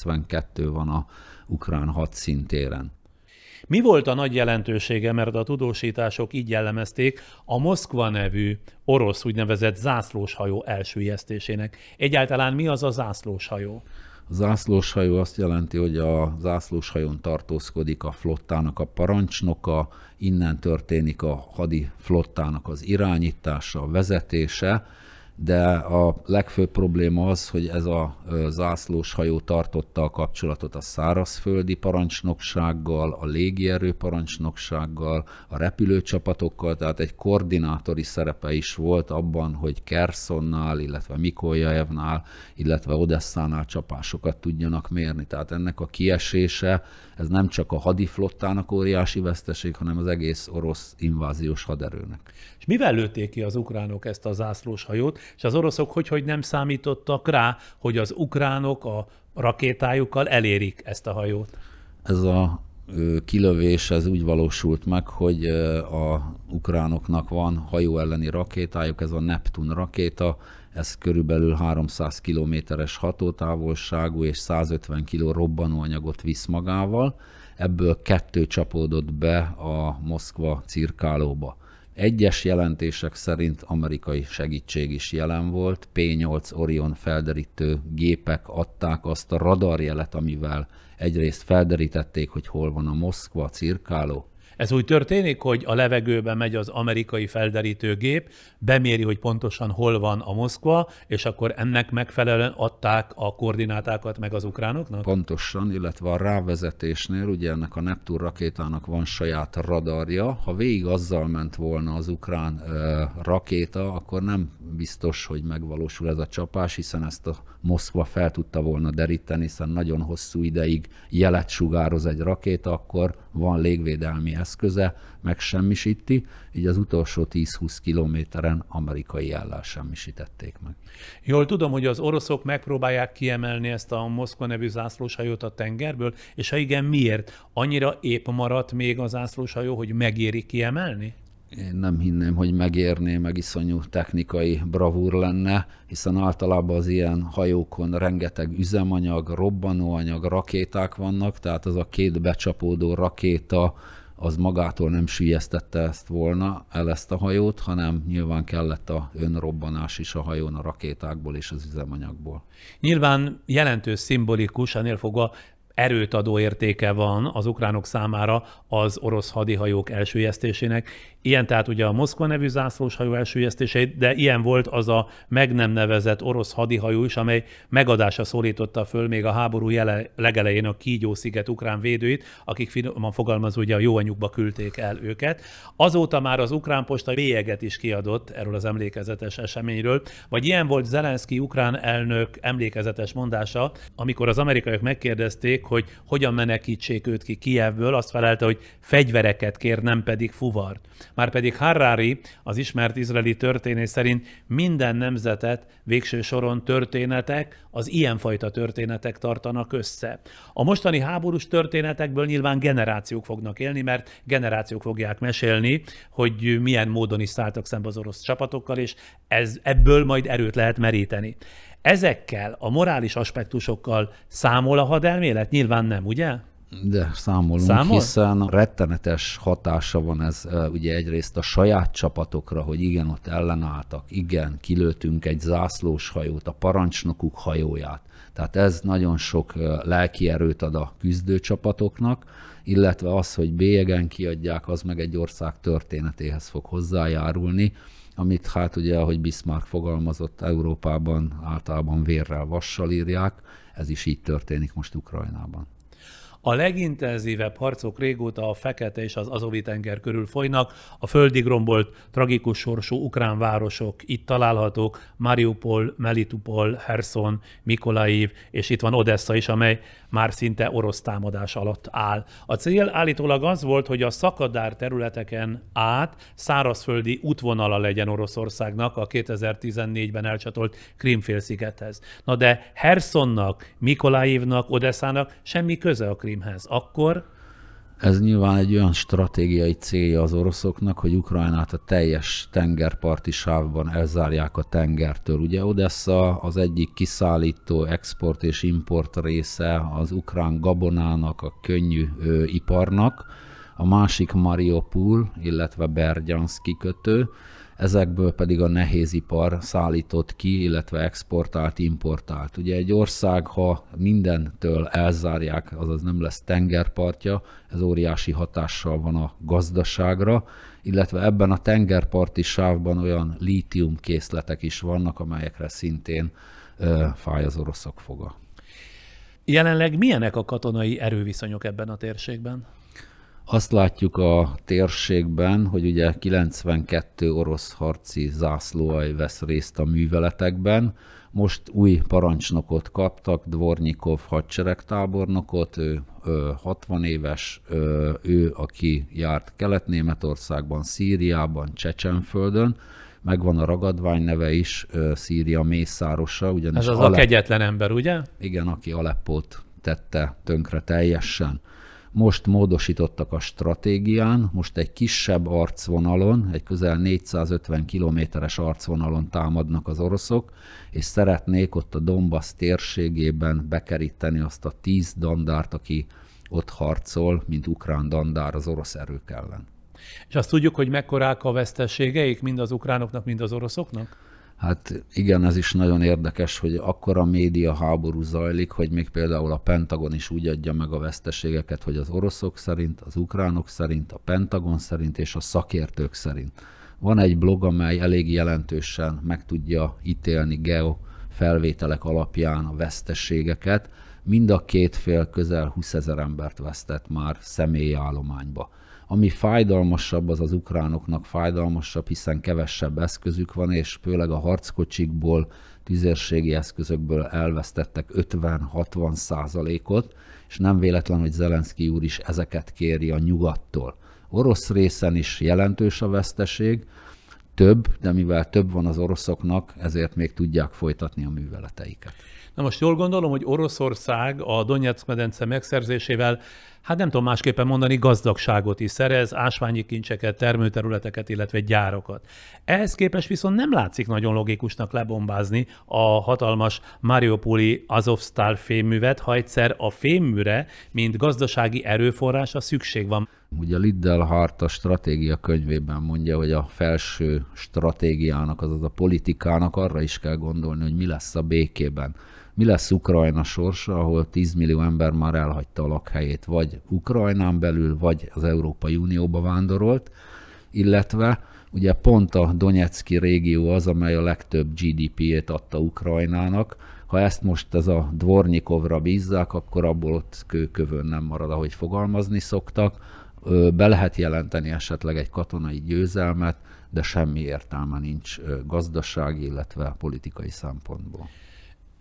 92 van a ukrán hadszintéren. Mi volt a nagy jelentősége, mert a tudósítások így jellemezték a Moszkva nevű orosz úgynevezett zászlóshajó elsüllyesztésének? Egyáltalán mi az a zászlóshajó? A zászlóshajó azt jelenti, hogy a zászlóshajón tartózkodik a flottának a parancsnoka, innen történik a hadi flottának az irányítása, a vezetése, de a legfőbb probléma az, hogy ez a zászlóshajó tartotta a kapcsolatot a szárazföldi parancsnoksággal, a légierő parancsnoksággal, a repülőcsapatokkal, tehát egy koordinátori szerepe is volt abban, hogy Kersonnál, illetve Mikoljajevnál, illetve Odesszánál csapásokat tudjanak mérni. Tehát ennek a kiesése, ez nem csak a hadiflottának óriási veszteség, hanem az egész orosz inváziós haderőnek. És mivel lőtték ki az ukránok ezt a zászlóshajót, és az oroszok hogy nem számítottak rá, hogy az ukránok a rakétájukkal elérik ezt a hajót? Ez a kilövés ez úgy valósult meg, hogy a ukránoknak van hajó elleni rakétájuk, ez a Neptun rakéta, ez körülbelül 300 kilométeres hatótávolságú és 150 kg robbanóanyagot visz magával. Ebből 2 csapódott be a Moszkva cirkálóba. Egyes jelentések szerint amerikai segítség is jelen volt, P-8 Orion felderítő gépek adták azt a radarjelet, amivel egyrészt felderítették, hogy hol van a Moszkva cirkáló. Ez úgy történik, hogy a levegőben megy az amerikai felderítő gép, beméri, hogy pontosan hol van a Moszkva, és akkor ennek megfelelően adták a koordinátákat meg az ukránoknak? Pontosan, illetve a rávezetésnél, ugye ennek a Neptun rakétának van saját radarja, ha végig azzal ment volna az ukrán rakéta, akkor nem biztos, hogy megvalósul ez a csapás, hiszen ezt a Moszkva fel tudta volna deríteni, hiszen nagyon hosszú ideig jelet sugároz egy rakéta, akkor van légvédelmi eszköze, megsemmisíti, így az utolsó 10-20 kilométeren amerikai jellel semmisítették meg. Jól tudom, hogy az oroszok megpróbálják kiemelni ezt a Moszkva nevű zászlóshajót a tengerből, és ha igen, miért? Annyira épp maradt még a zászlóshajó, hogy megéri kiemelni? Én nem hinném, hogy megérné, meg iszonyú technikai bravúr lenne, hiszen általában az ilyen hajókon rengeteg üzemanyag, robbanóanyag, rakéták vannak, tehát az a 2 becsapódó rakéta az magától nem süllyesztette ezt a hajót, hanem nyilván kellett a önrobbanás is a hajón a rakétákból és az üzemanyagból. Nyilván jelentős szimbolikus, ennél fogva erőt adó értéke van az ukránok számára az orosz hadihajók elsüllyesztésének. Ilyen tehát ugye a Moszkva nevű zászlóshajó elsüllyesztése, de ilyen volt az a meg nem nevezett orosz hadihajó is, amely megadásra szólította föl még a háború legelején a Kígyó-sziget ukrán védőit, akik finoman fogalmazva ugye a jó anyjukba küldték el őket. Azóta már az ukrán posta bélyeget is kiadott erről az emlékezetes eseményről, vagy ilyen volt Zelenszkij ukrán elnök emlékezetes mondása, amikor az amerikaiak megkérdezték, hogy hogyan menekítsék őt ki Kijevből, azt felelte, hogy fegyvereket kér, nem pedig fuvart. Márpedig Harari, az ismert izraeli történész szerint minden nemzetet végső soron történetek, az ilyenfajta történetek tartanak össze. A mostani háborús történetekből nyilván generációk fognak élni, mert generációk fogják mesélni, hogy milyen módon is szálltak szembe az orosz csapatokkal, és ebből majd erőt lehet meríteni. Ezekkel a morális aspektusokkal számol a hadelmélet? Nyilván nem, ugye? De számolunk, hiszen rettenetes hatása van ez ugye egyrészt a saját csapatokra, hogy igen, ott ellenálltak, igen, kilőttünk egy zászlós hajót, a parancsnokuk hajóját. Tehát ez nagyon sok lelki erőt ad a küzdőcsapatoknak, illetve az, hogy bélyegen kiadják, az meg egy ország történetéhez fog hozzájárulni, amit hát ugye, ahogy Bismarck fogalmazott, Európában általában vérrel, vassal írják, ez is így történik most Ukrajnában. A legintenzívebb harcok régóta a Fekete és az Azovi-tenger körül folynak, a földig rombolt, tragikus sorsú ukrán városok itt találhatók, Mariupol, Melitopol, Herson, Mikolaiv, és itt van Odessa is, amely már szinte orosz támadás alatt áll. A cél állítólag az volt, hogy a szakadár területeken át szárazföldi útvonala legyen Oroszországnak a 2014-ben elcsatolt Krím-félszigethez. Na de Hersonnak, Mikolaivnak, Odesszának semmi köze a Krímhez. Akkor ez nyilván egy olyan stratégiai célja az oroszoknak, hogy Ukrajnát a teljes tengerparti sávban elzárják a tengertől. Ugye Odessa az egyik kiszállító, export és import része az ukrán gabonának, a könnyű iparnak, a másik Mariupol, illetve Berdjanszk kikötő, ezekből pedig a nehézipar szállított ki, illetve exportált, importált. Ugye egy ország, ha mindentől elzárják, azaz nem lesz tengerpartja, ez óriási hatással van a gazdaságra, illetve ebben a tengerparti sávban olyan lítiumkészletek is vannak, amelyekre szintén fáj az oroszok foga. Jelenleg milyenek a katonai erőviszonyok ebben a térségben? Azt látjuk a térségben, hogy ugye 92 orosz harci zászlóalj vesz részt a műveletekben. Most új parancsnokot kaptak, Dvornyikov hadseregtábornokot, ő 60 éves, ő, aki járt Kelet-Németországban, Szíriában, Csecsenföldön, megvan a ragadvány neve is, Szíria mészárosa. Ez az a kegyetlen ember, ugye? Igen, aki Aleppót tette tönkre teljesen. Most módosítottak a stratégián, most egy kisebb arcvonalon, egy közel 450 kilométeres arcvonalon támadnak az oroszok, és szeretnék ott a Donbass térségében bekeríteni azt a 10 dandárt, aki ott harcol, mint ukrán dandár az orosz erők ellen. És azt tudjuk, hogy mekkorák a veszteségeik mind az ukránoknak, mind az oroszoknak? Hát igen, ez is nagyon érdekes, hogy akkora média háború zajlik, hogy még például a Pentagon is úgy adja meg a veszteségeket, hogy az oroszok szerint, az ukránok szerint, a Pentagon szerint és a szakértők szerint. Van egy blog, amely elég jelentősen meg tudja ítélni geofelvételek alapján a veszteségeket. Mind a két fél közel 20 000 embert vesztett már személyi állományba. Ami fájdalmasabb, az az ukránoknak fájdalmasabb, hiszen kevesebb eszközük van, és főleg a harckocsikból, tüzérségi eszközökből elvesztettek 50-60%-ot, és nem véletlen, hogy Zelenszky úr is ezeket kéri a nyugattól. Orosz részen is jelentős a veszteség, több, de mivel több van az oroszoknak, ezért még tudják folytatni a műveleteiket. Na most jól gondolom, hogy Oroszország a Donyeck-medence megszerzésével, hát nem tudom másképpen mondani, gazdagságot is szerez, ásványi kincseket, termőterületeket, illetve gyárokat. Ehhez képest viszont nem látszik nagyon logikusnak lebombázni a hatalmas mariupoli Azovstal fémművet, ha egyszer a fémműre, mint gazdasági erőforrásra szükség van. Ugye Lidl-Hart a stratégia könyvében mondja, hogy a felső stratégiának, azaz a politikának arra is kell gondolni, hogy mi lesz a békében. Mi lesz Ukrajna sorsa, ahol 10 millió ember már elhagyta a lakhelyét, vagy Ukrajnán belül, vagy az Európai Unióba vándorolt, illetve ugye pont a Donyecky régió az, amely a legtöbb GDP-ét adta Ukrajnának. Ha ezt most ez a Dvornyikovra bízzák, akkor abból ott kőkövön nem marad, ahogy fogalmazni szoktak. Be lehet jelenteni esetleg egy katonai győzelmet, de semmi értelme nincs gazdasági, illetve politikai szempontból.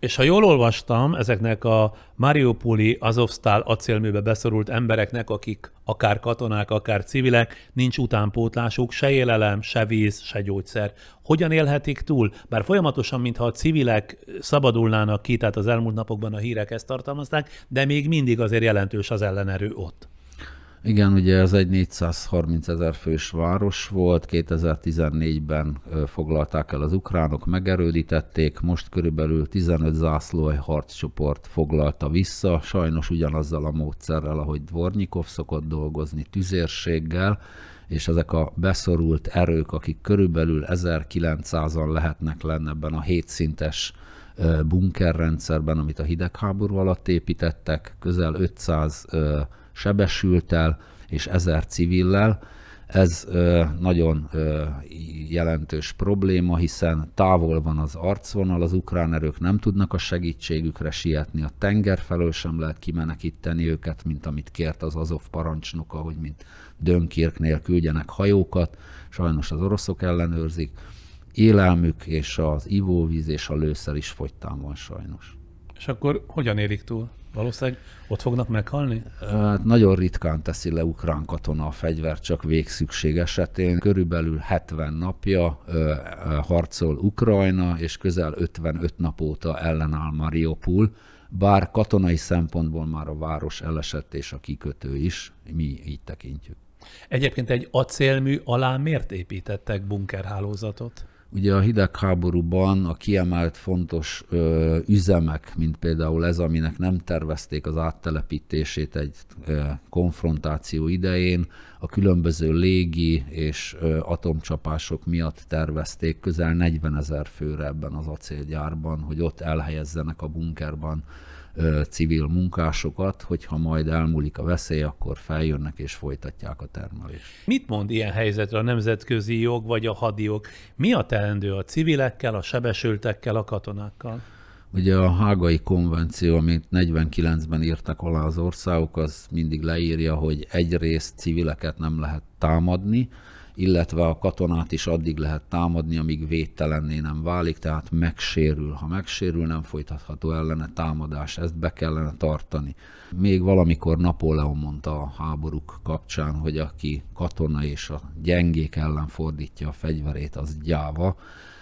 És ha jól olvastam, ezeknek a mariupoli Azovsztál acélműbe beszorult embereknek, akik akár katonák, akár civilek, nincs utánpótlásuk, se élelem, se víz, se gyógyszer. Hogyan élhetik túl? Bár folyamatosan, mintha a civilek szabadulnának ki, tehát az elmúlt napokban a hírek ezt tartalmazták, de még mindig azért jelentős az ellenerő ott. Igen, ugye ez egy 430 000 fős város volt, 2014-ben foglalták el az ukránok, megerődítették, most körülbelül 15 zászlóalj harccsoport foglalta vissza, sajnos ugyanazzal a módszerrel, ahogy Dvornyikov szokott dolgozni, tüzérséggel, és ezek a beszorult erők, akik körülbelül 1900-an lehetnek lenni ebben a 7 szintes bunkerrendszerben, amit a hidegháború alatt építettek, közel 500 sebesülttel és 1000 civillel. Ez nagyon jelentős probléma, hiszen távol van az arcvonal, az ukrán erők nem tudnak a segítségükre sietni, a tenger felől sem lehet kimenekíteni őket, mint amit kért az Azov parancsnoka, hogy mint Dönkirknél küldjenek hajókat, sajnos az oroszok ellenőrzik. Élelmük és az ivóvíz és a lőszer is fogytán van sajnos. És akkor hogyan élik túl? Valószínűleg ott fognak meghalni? Nagyon ritkán teszi le ukrán katona a fegyvert, csak végszükség esetén. Körülbelül 70 napja harcol Ukrajna, és közel 55 nap óta ellenáll Mariupol, bár katonai szempontból már a város elesett és a kikötő is, mi így tekintjük. Egyébként egy acélmű alá miért építettek bunkerhálózatot? Ugye a hidegháborúban a kiemelt fontos üzemek, mint például ez, aminek nem tervezték az áttelepítését egy konfrontáció idején, a különböző légi és atomcsapások miatt tervezték közel 40 000 főre ebben az acélgyárban, hogy ott elhelyezzenek a bunkerban civil munkásokat, hogyha majd elmúlik a veszély, akkor feljönnek és folytatják a termelést. Mit mond ilyen helyzetre a nemzetközi jog vagy a hadjog? Mi a teendő a civilekkel, a sebesültekkel, a katonákkal? Ugye a hágai konvenció, amit 49-ben írtak alá az országok, az mindig leírja, hogy egyrészt civileket nem lehet támadni, illetve a katonát is addig lehet támadni, amíg védtelenné nem válik, tehát megsérül. Ha megsérül, nem folytatható ellene támadás, ezt be kellene tartani. Még valamikor Napóleon mondta a háborúk kapcsán, hogy aki katona és a gyengék ellen fordítja a fegyverét, az gyáva.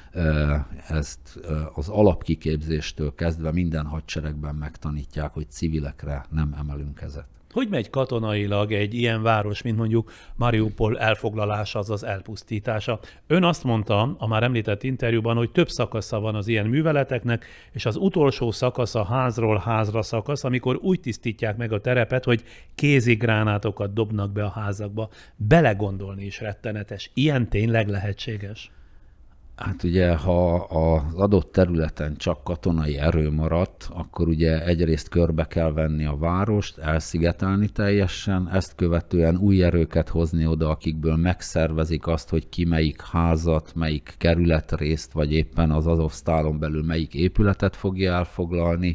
Ezt az alapkiképzéstől kezdve minden hadseregben megtanítják, hogy civilekre nem emelünk kezet. Hogy megy katonailag egy ilyen város, mint mondjuk Mariupol elfoglalása, azaz elpusztítása? Ön azt mondta a már említett interjúban, hogy több szakasza van az ilyen műveleteknek, és az utolsó szakasz a házról házra szakasz, amikor úgy tisztítják meg a terepet, hogy kézigránátokat dobnak be a házakba. Belegondolni is rettenetes. Ilyen tényleg lehetséges? Hát ugye, ha az adott területen csak katonai erő maradt, akkor ugye egyrészt körbe kell venni a várost, elszigetelni teljesen, ezt követően új erőket hozni oda, akikből megszervezik azt, hogy ki melyik házat, melyik kerületrészt, vagy éppen az Azovsztálon belül melyik épületet fogja elfoglalni,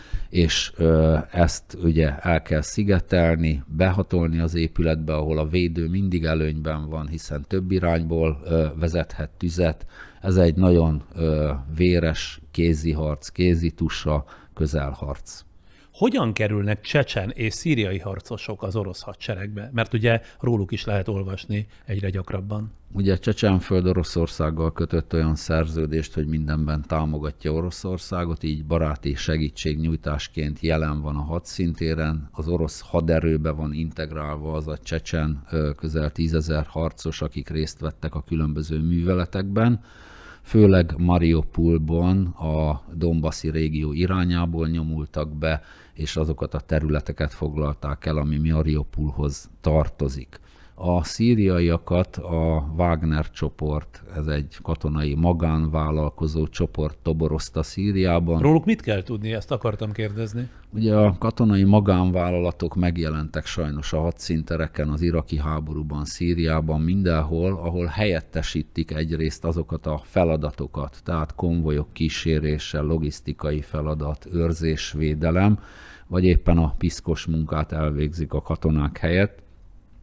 és ezt ugye el kell szigetelni, behatolni az épületbe, ahol a védő mindig előnyben van, hiszen több irányból vezethet tüzet. Ez egy nagyon véres kéziharc, kézitusa, közelharc. Hogyan kerülnek csecsen és szíriai harcosok az orosz hadseregbe? Mert ugye róluk is lehet olvasni egyre gyakrabban. Ugye Csecsenföld Oroszországgal kötött olyan szerződést, hogy mindenben támogatja Oroszországot, így baráti segítségnyújtásként jelen van a hadszintéren. Az orosz haderőbe van integrálva az a csecsen közel 10 000 harcos, akik részt vettek a különböző műveletekben. Főleg Mariupolban a Donbassi régió irányából nyomultak be, és azokat a területeket foglalták el, ami Mariupolhoz tartozik. A szíriaiakat a Wagner csoport, ez egy katonai magánvállalkozó csoport toborozta Szíriában. Róluk mit kell tudni? Ezt akartam kérdezni. Ugye a katonai magánvállalatok megjelentek sajnos a hadszíntereken, az iraki háborúban, Szíriában, mindenhol, ahol helyettesítik egyrészt azokat a feladatokat, tehát konvojok kísérése, logisztikai feladat, őrzés, védelem, vagy éppen a piszkos munkát elvégzik a katonák helyett.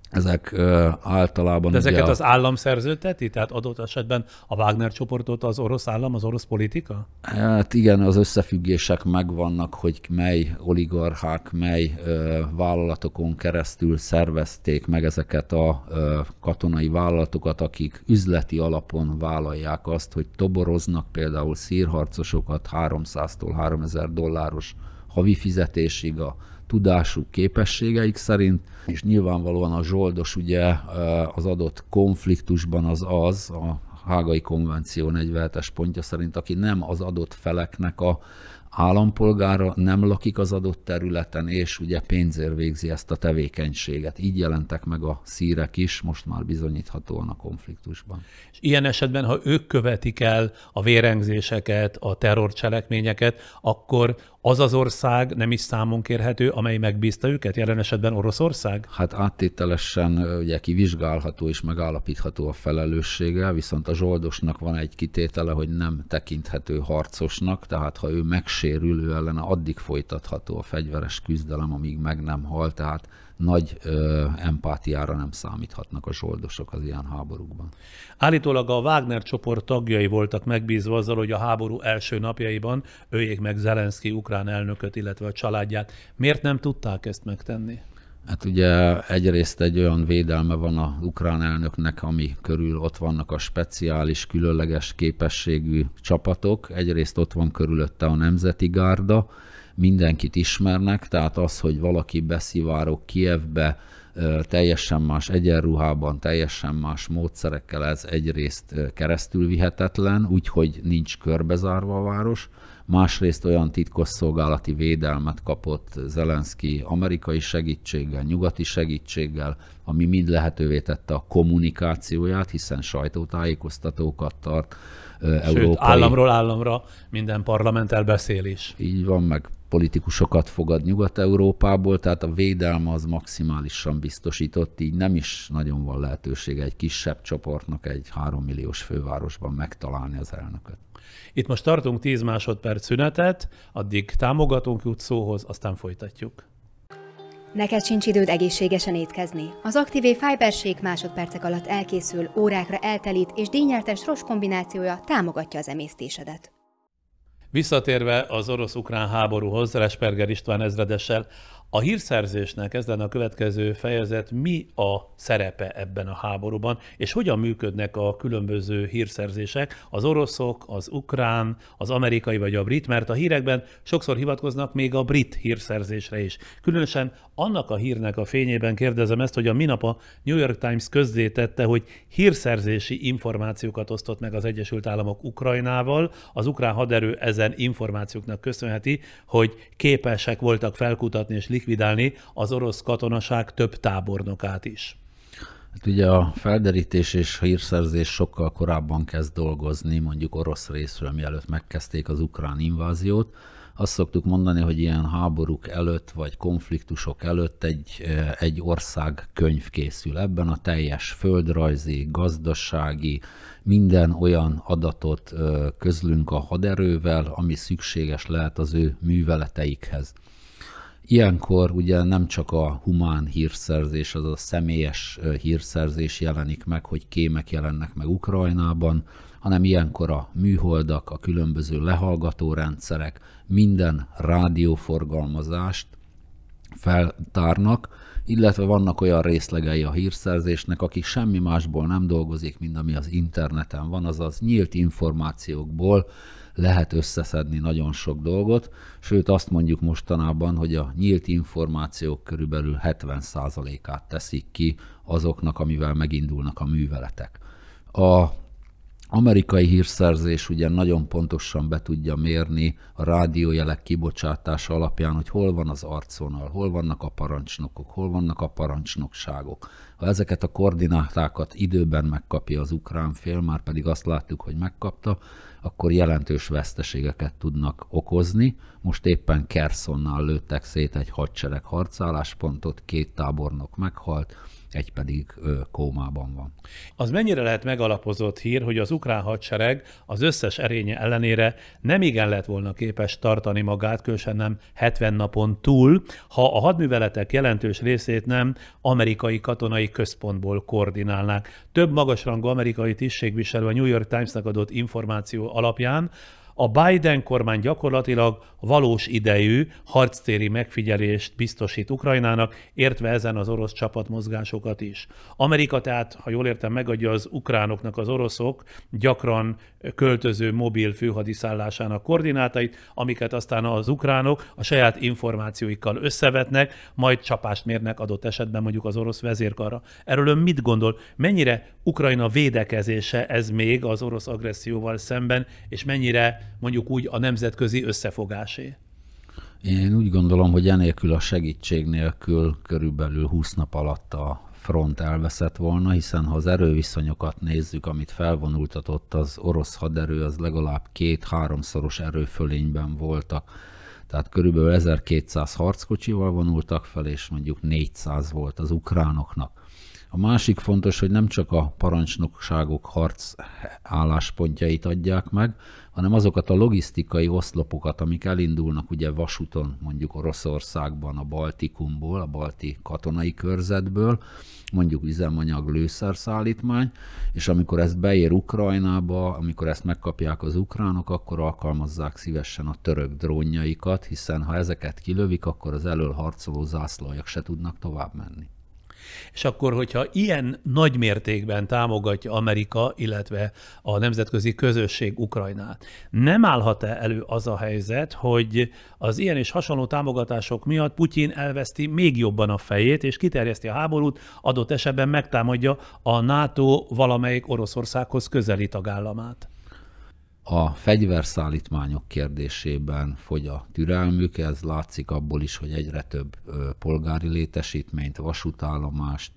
Ezek általában... De ezeket az állam szerződteti? Tehát adott esetben a Wagner csoportot az orosz állam, az orosz politika? Hát igen, az összefüggések megvannak, hogy mely oligarchák, mely vállalatokon keresztül szervezték meg ezeket a katonai vállalatokat, akik üzleti alapon vállalják azt, hogy toboroznak például szírharcosokat 300-tól 3000 dolláros havi fizetésig a tudásuk, képességeik szerint, és nyilvánvalóan a zsoldos ugye az adott konfliktusban az a Hágai konvenció 47-es pontja szerint, aki nem az adott feleknek a állampolgára, nem lakik az adott területen, és ugye pénzért végzi ezt a tevékenységet. Így jelentek meg a szírek is, most már bizonyíthatóan a konfliktusban. És ilyen esetben, ha ők követik el a vérengzéseket, a terrorcselekményeket, akkor az az ország nem is számon kérhető, amely megbízta őket, jelen esetben Oroszország? Hát áttételesen ugye kivizsgálható és megállapítható a felelőssége, viszont a zsoldosnak van egy kitétele, hogy nem tekinthető harcosnak, tehát ha ő megsérül, ő ellene addig folytatható a fegyveres küzdelem, amíg meg nem hal, tehát nagy empátiára nem számíthatnak a zsoldosok az ilyen háborúkban. Állítólag a Wagner csoport tagjai voltak megbízva azzal, hogy a háború első napjaiban öljék meg Zelenszky ukrán elnököt, illetve a családját. Miért nem tudták ezt megtenni? Hát ugye egyrészt egy olyan védelme van az ukrán elnöknek, ami körül ott vannak a speciális, különleges képességű csapatok, egyrészt ott van körülötte a Nemzeti Gárda, mindenkit ismernek, tehát az, hogy valaki beszivárog Kijevbe teljesen más egyenruhában, teljesen más módszerekkel, ez egyrészt keresztülvihetetlen, úgyhogy nincs körbezárva a város, másrészt olyan titkosszolgálati védelmet kapott Zelenszky amerikai segítséggel, nyugati segítséggel, ami mind lehetővé tette a kommunikációját, hiszen sajtótájékoztatókat tart. Sőt, államról államra minden parlamenttel beszél is. Így van, meg politikusokat fogad Nyugat-Európából, tehát a védelme az maximálisan biztosított, így nem is nagyon van lehetősége egy kisebb csoportnak egy 3 milliós fővárosban megtalálni az elnököt. Itt most tartunk 10 másodperc szünetet, addig támogatónk jut szóhoz, aztán folytatjuk. Neked sincs időd egészségesen étkezni? Az Activé Fibershake másodpercek alatt elkészül, órákra eltelít és díjnyertes ROS kombinációja támogatja az emésztésedet. Visszatérve az orosz-ukrán háborúhoz, Resperger István ezredessel, a hírszerzésnek ez lenne a következő fejezet, mi a szerepe ebben a háborúban, és hogyan működnek a különböző hírszerzések, az oroszok, az ukrán, az amerikai vagy a brit, mert a hírekben sokszor hivatkoznak még a brit hírszerzésre is. Különösen annak a hírnek a fényében kérdezem ezt, hogy a minap a New York Times közzétette, hogy hírszerzési információkat osztott meg az Egyesült Államok Ukrajnával. Az ukrán haderő ezen információknak köszönheti, hogy képesek voltak felkutatni és likvidálni az orosz katonaság több tábornokát is. Hát ugye a felderítés és hírszerzés sokkal korábban kezd dolgozni, mondjuk orosz részről, mielőtt megkezdték az ukrán inváziót. Azt szoktuk mondani, hogy ilyen háborúk előtt vagy konfliktusok előtt egy ország könyv készül. Ebben a teljes földrajzi, gazdasági, minden olyan adatot közlünk a haderővel, ami szükséges lehet az ő műveleteikhez. Ilyenkor ugye nem csak a humán hírszerzés, az a személyes hírszerzés jelenik meg, hogy kémek jelennek meg Ukrajnában, hanem ilyenkor a műholdak, a különböző lehallgató rendszerek minden rádióforgalmazást feltárnak, illetve vannak olyan részlegei a hírszerzésnek, akik semmi másból nem dolgozik, mint ami az interneten van, azaz nyílt információkból lehet összeszedni nagyon sok dolgot, sőt azt mondjuk mostanában, hogy a nyílt információk körülbelül 70%-át teszik ki azoknak, amivel megindulnak a műveletek. A amerikai hírszerzés ugye nagyon pontosan be tudja mérni a rádiójelek kibocsátása alapján, hogy hol van az arcvonal, hol vannak a parancsnokok, hol vannak a parancsnokságok. Ha ezeket a koordinátákat időben megkapja az ukrán fél, már pedig azt láttuk, hogy megkapta, akkor jelentős veszteségeket tudnak okozni. Most éppen Kersonnál lőttek szét egy hadsereg harcálláspontot, 2 tábornok meghalt, egy pedig kómában van. Az mennyire lehet megalapozott hír, hogy az ukrán hadsereg az összes erénye ellenére nem igen lett volna képes tartani magát, különösen nem 70 napon túl, ha a hadműveletek jelentős részét nem amerikai katonai központból koordinálnák. Több magasrangú amerikai tisztségviselő a New York Times-nak adott információ alapján a Biden kormány gyakorlatilag valós idejű harctéri megfigyelést biztosít Ukrajnának, értve ezen az orosz csapatmozgásokat is. Amerika tehát, ha jól értem, megadja az ukránoknak az oroszok gyakran költöző mobil főhadiszállásának koordinátait, amiket aztán az ukránok a saját információikkal összevetnek, majd csapást mérnek adott esetben mondjuk az orosz vezérkarra. Erről ön mit gondol? Mennyire Ukrajna védekezése ez még az orosz agresszióval szemben, és mennyire mondjuk úgy a nemzetközi összefogásé? Én úgy gondolom, hogy enélkül a segítség nélkül körülbelül 20 nap alatt a front elveszett volna, hiszen ha az erőviszonyokat nézzük, amit felvonultatott az orosz haderő, az legalább 2-3-szoros erőfölényben voltak. Tehát körülbelül 1200 harckocsival vonultak fel, és mondjuk 400 volt az ukránoknak. A másik fontos, hogy nem csak a parancsnokságok harc álláspontjait adják meg, hanem azokat a logisztikai oszlopokat, amik elindulnak ugye vasúton, mondjuk Oroszországban, a Baltikumból, a balti katonai körzetből, mondjuk üzemanyag, lőszerszállítmány, és amikor ezt beér Ukrajnába, amikor ezt megkapják az ukránok, akkor alkalmazzák szívesen a török drónjaikat, hiszen ha ezeket kilövik, akkor az elől harcoló zászlójak se tudnak tovább menni. És akkor, hogyha ilyen nagy mértékben támogatja Amerika, illetve a nemzetközi közösség Ukrajnát, nem állhat-e elő az a helyzet, hogy az ilyen és hasonló támogatások miatt Putyin elveszti még jobban a fejét, és kiterjeszti a háborút, adott esetben megtámadja a NATO valamelyik Oroszországhoz közeli tagállamát? A fegyverszállítmányok kérdésében fogy a türelmük, ez látszik abból is, hogy egyre több polgári létesítményt, vasútállomást,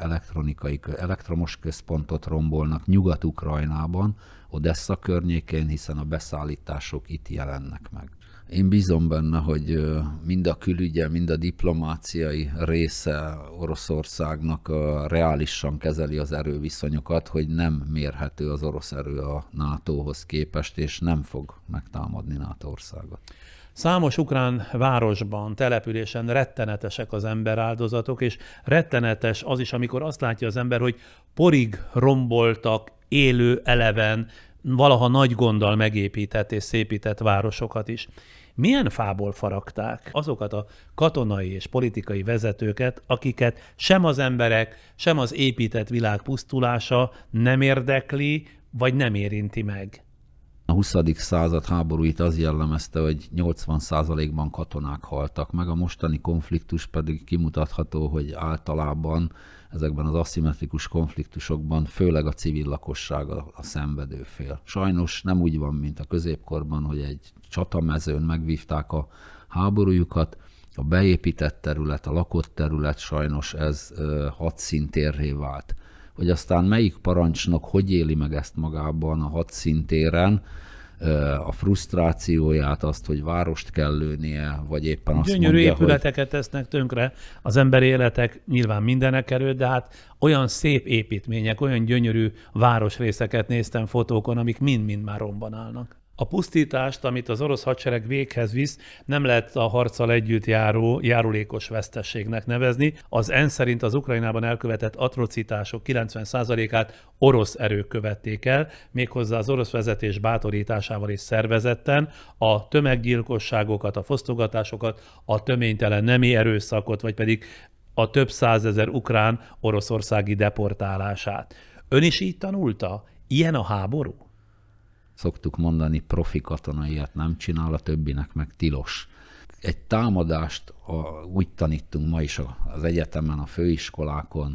elektromos központot rombolnak Nyugat-Ukrajnában, Odessa környékén, hiszen a beszállítások itt jelennek meg. Én bízom benne, hogy mind a külügye, mind a diplomáciai része Oroszországnak reálisan kezeli az erőviszonyokat, hogy nem mérhető az orosz erő a NATO-hoz képest, és nem fog megtámadni NATO országot. Számos ukrán városban, településen rettenetesek az emberáldozatok, és rettenetes az is, amikor azt látja az ember, hogy porig romboltak, élő, eleven, valaha nagy gonddal megépített és szépített városokat is. Milyen fából faragták azokat a katonai és politikai vezetőket, akiket sem az emberek, sem az épített világ pusztulása nem érdekli, vagy nem érinti meg? A 20. század háborúit az jellemezte, hogy 80%-ban katonák haltak meg, a mostani konfliktus pedig kimutatható, hogy általában ezekben az aszimmetrikus konfliktusokban főleg a civil lakosság a szenvedő fél. Sajnos nem úgy van, mint a középkorban, hogy egy csatamezőn megvívták a háborújukat, a beépített terület, a lakott terület, sajnos ez hadszíntérré vált. Hogy aztán melyik parancsnok hogy éli meg ezt magában a hadszintéren, a frusztrációját, azt, hogy várost kell lőnie, vagy éppen azt gyönyörű mondja, épületeket tesznek tönkre, az emberi életek nyilván mindenek előtt, de hát olyan szép építmények, olyan gyönyörű városrészeket néztem fotókon, amik mind-mind már romban állnak. A pusztítást, amit az orosz hadsereg véghez visz, nem lehet a harccal együtt járó járulékos veszteségnek nevezni. Az ENSZ szerint az Ukrajnában elkövetett atrocitások 90%-át orosz erők követték el, méghozzá az orosz vezetés bátorításával és szervezetten a tömeggyilkosságokat, a fosztogatásokat, a töménytelen nemi erőszakot, vagy pedig a több százezer ukrán oroszországi deportálását. Ön is így tanulta? Ilyen a háború? Szoktuk mondani, profi katona ilyet nem csinál, a többinek meg tilos. Egy támadást úgy tanítunk ma is az egyetemen, a főiskolákon,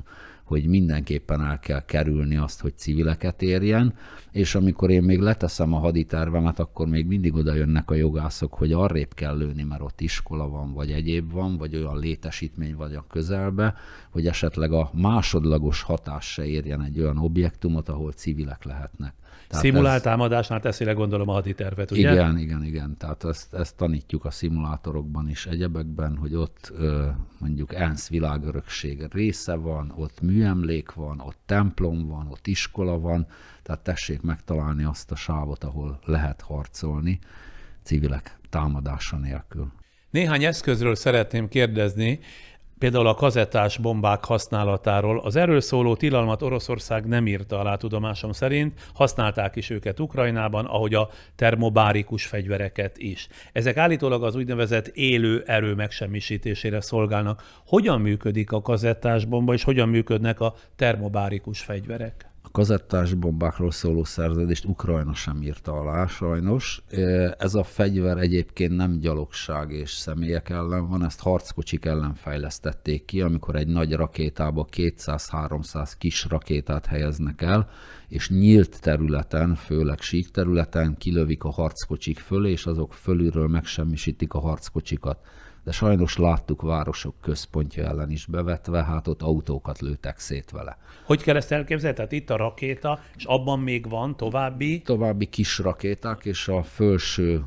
hogy mindenképpen el kell kerülni azt, hogy civileket érjen, és amikor én még leteszem a haditervemet, akkor még mindig oda jönnek a jogászok, hogy arrébb kell lőni, mert ott iskola van, vagy egyéb van, vagy olyan létesítmény vagy a közelbe, hogy esetleg a másodlagos hatás se érjen egy olyan objektumot, ahol civilek lehetnek. Szimulált támadásnál teszileg gondolom a haditervet, ugye? Igen. Tehát ezt tanítjuk a szimulátorokban is, egyebekben, hogy ott mondjuk ENSZ világörökség része van, ott műemlék van, ott templom van, ott iskola van, tehát tessék megtalálni azt a sávot, ahol lehet harcolni civilek támadása nélkül. Néhány eszközről szeretném kérdezni, például a kazettás bombák használatáról. Az erről szóló tilalmat Oroszország nem írta alá tudomásom szerint, használták is őket Ukrajnában, ahogy a termobárikus fegyvereket is. Ezek állítólag az úgynevezett élő erő megsemmisítésére szolgálnak. Hogyan működik a kazettás bomba, és hogyan működnek a termobárikus fegyverek? A kazettás bombákról szóló szerződést Ukrajna sem írta alá, sajnos. Ez a fegyver egyébként nem gyalogság és személyek ellen van, ezt harckocsik ellen fejlesztették ki, amikor egy nagy rakétába 200-300 kis rakétát helyeznek el, és nyílt területen, főleg sík területen kilövik a harckocsik fölé, és azok fölülről megsemmisítik a harckocsikat. De sajnos láttuk városok központja ellen is bevetve, hát ott autókat lőtek szét vele. Hogy kell ezt elképzelni? Tehát itt a rakéta, és abban még van további? További kis rakéták, és a felső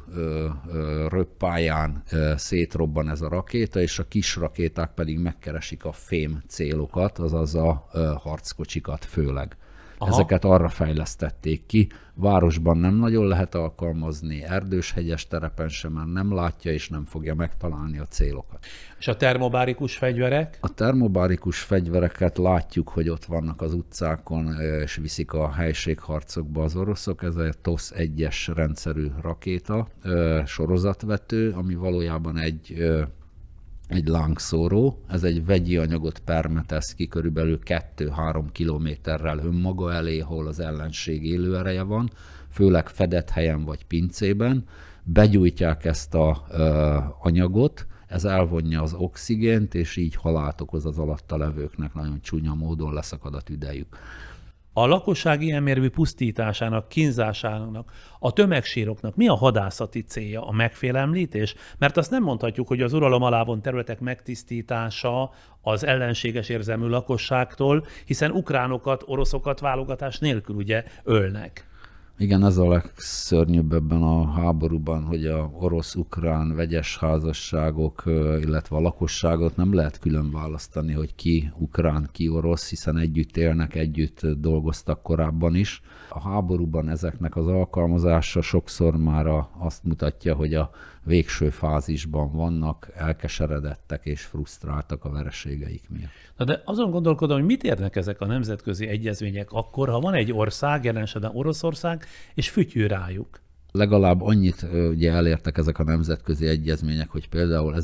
röppályán szétrobban ez a rakéta, és a kis rakéták pedig megkeresik a fém célokat, azaz a harckocsikat főleg. Aha. Ezeket arra fejlesztették ki. Városban nem nagyon lehet alkalmazni, erdős-hegyes terepen sem, már nem látja és nem fogja megtalálni a célokat. És a termobárikus fegyverek? A termobárikus fegyvereket látjuk, hogy ott vannak az utcákon, és viszik a helységharcokba az oroszok. Ez a TOS 1-es rendszerű rakéta, sorozatvető, ami valójában egy lángszóró, ez egy vegyi anyagot permetez ki körülbelül 2-3 kilométerrel önmaga elé, ahol az ellenség élő ereje van, főleg fedett helyen vagy pincében, begyújtják ezt az anyagot, ez elvonja az oxigént, és így halált okoz az alatta levőknek, nagyon csúnya módon leszakad a tüdejük. A lakosság ilyen mérvű pusztításának, kínzásának, a tömegsíroknak mi a hadászati célja? A megfélemlítés? Mert azt nem mondhatjuk, hogy az uralom alá vont területek megtisztítása az ellenséges érzelmű lakosságtól, hiszen ukránokat, oroszokat válogatás nélkül ugye ölnek. Igen, ez a legszörnyűbb ebben a háborúban, hogy a orosz-ukrán vegyes házasságok, illetve a lakosságot nem lehet külön választani, hogy ki ukrán, ki orosz, hiszen együtt élnek, együtt dolgoztak korábban is. A háborúban ezeknek az alkalmazása sokszor már azt mutatja, hogy a végső fázisban vannak, elkeseredettek és frusztráltak a vereségeik miatt. Na de azon gondolkodom, hogy mit érnek ezek a nemzetközi egyezmények akkor, ha van egy ország, jelen esetben Oroszország, és fütyül rájuk. Legalább annyit ugye elértek ezek a nemzetközi egyezmények, hogy például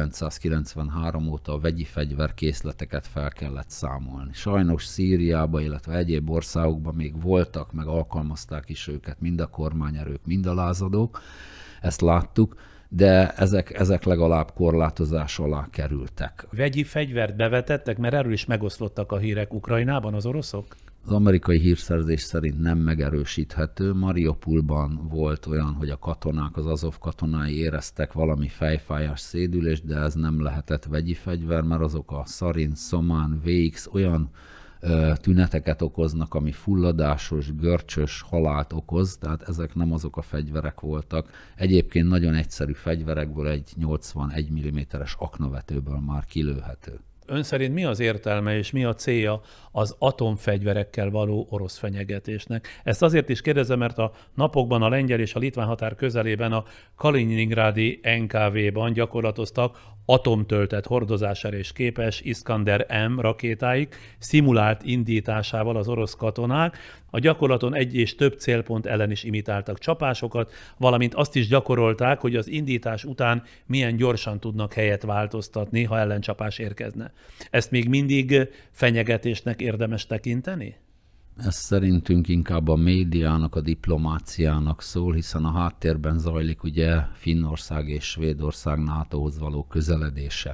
1993 óta a vegyi fegyverkészleteket fel kellett számolni. Sajnos Szíriában, illetve egyéb országokban még voltak, meg alkalmazták is őket mind a kormányerők, mind a lázadók, ezt láttuk, de ezek legalább korlátozás alá kerültek. Vegyi fegyvert bevetettek, mert erről is megoszlottak a hírek Ukrajnában az oroszok? Az amerikai hírszerzés szerint nem megerősíthető. Mariupolban volt olyan, hogy a katonák, az Azov katonái éreztek valami fejfájás, szédülést, de ez nem lehetett vegyi fegyver, mert azok a szarin, szomán, VX olyan tüneteket okoznak, ami fulladásos, görcsös halált okoz, tehát ezek nem azok a fegyverek voltak. Egyébként nagyon egyszerű fegyverekből egy 81 mm-es aknavetőből már kilőhető. Ön szerint mi az értelme és mi a célja az atomfegyverekkel való orosz fenyegetésnek? Ezt azért is kérdezem, mert a napokban a lengyel és a litván határ közelében a Kaliningrádi NKV-ban gyakorlatoztak atomtöltet hordozására is képes Iskander M rakétáik szimulált indításával az orosz katonák. A gyakorlaton egy és több célpont ellen is imitáltak csapásokat, valamint azt is gyakorolták, hogy az indítás után milyen gyorsan tudnak helyet változtatni, ha ellencsapás érkezne. Ezt még mindig fenyegetésnek érdemes tekinteni? Ez szerintünk inkább a médiának, a diplomáciának szól, hiszen a háttérben zajlik ugye Finnország és Svédország NATO-hoz való közeledése.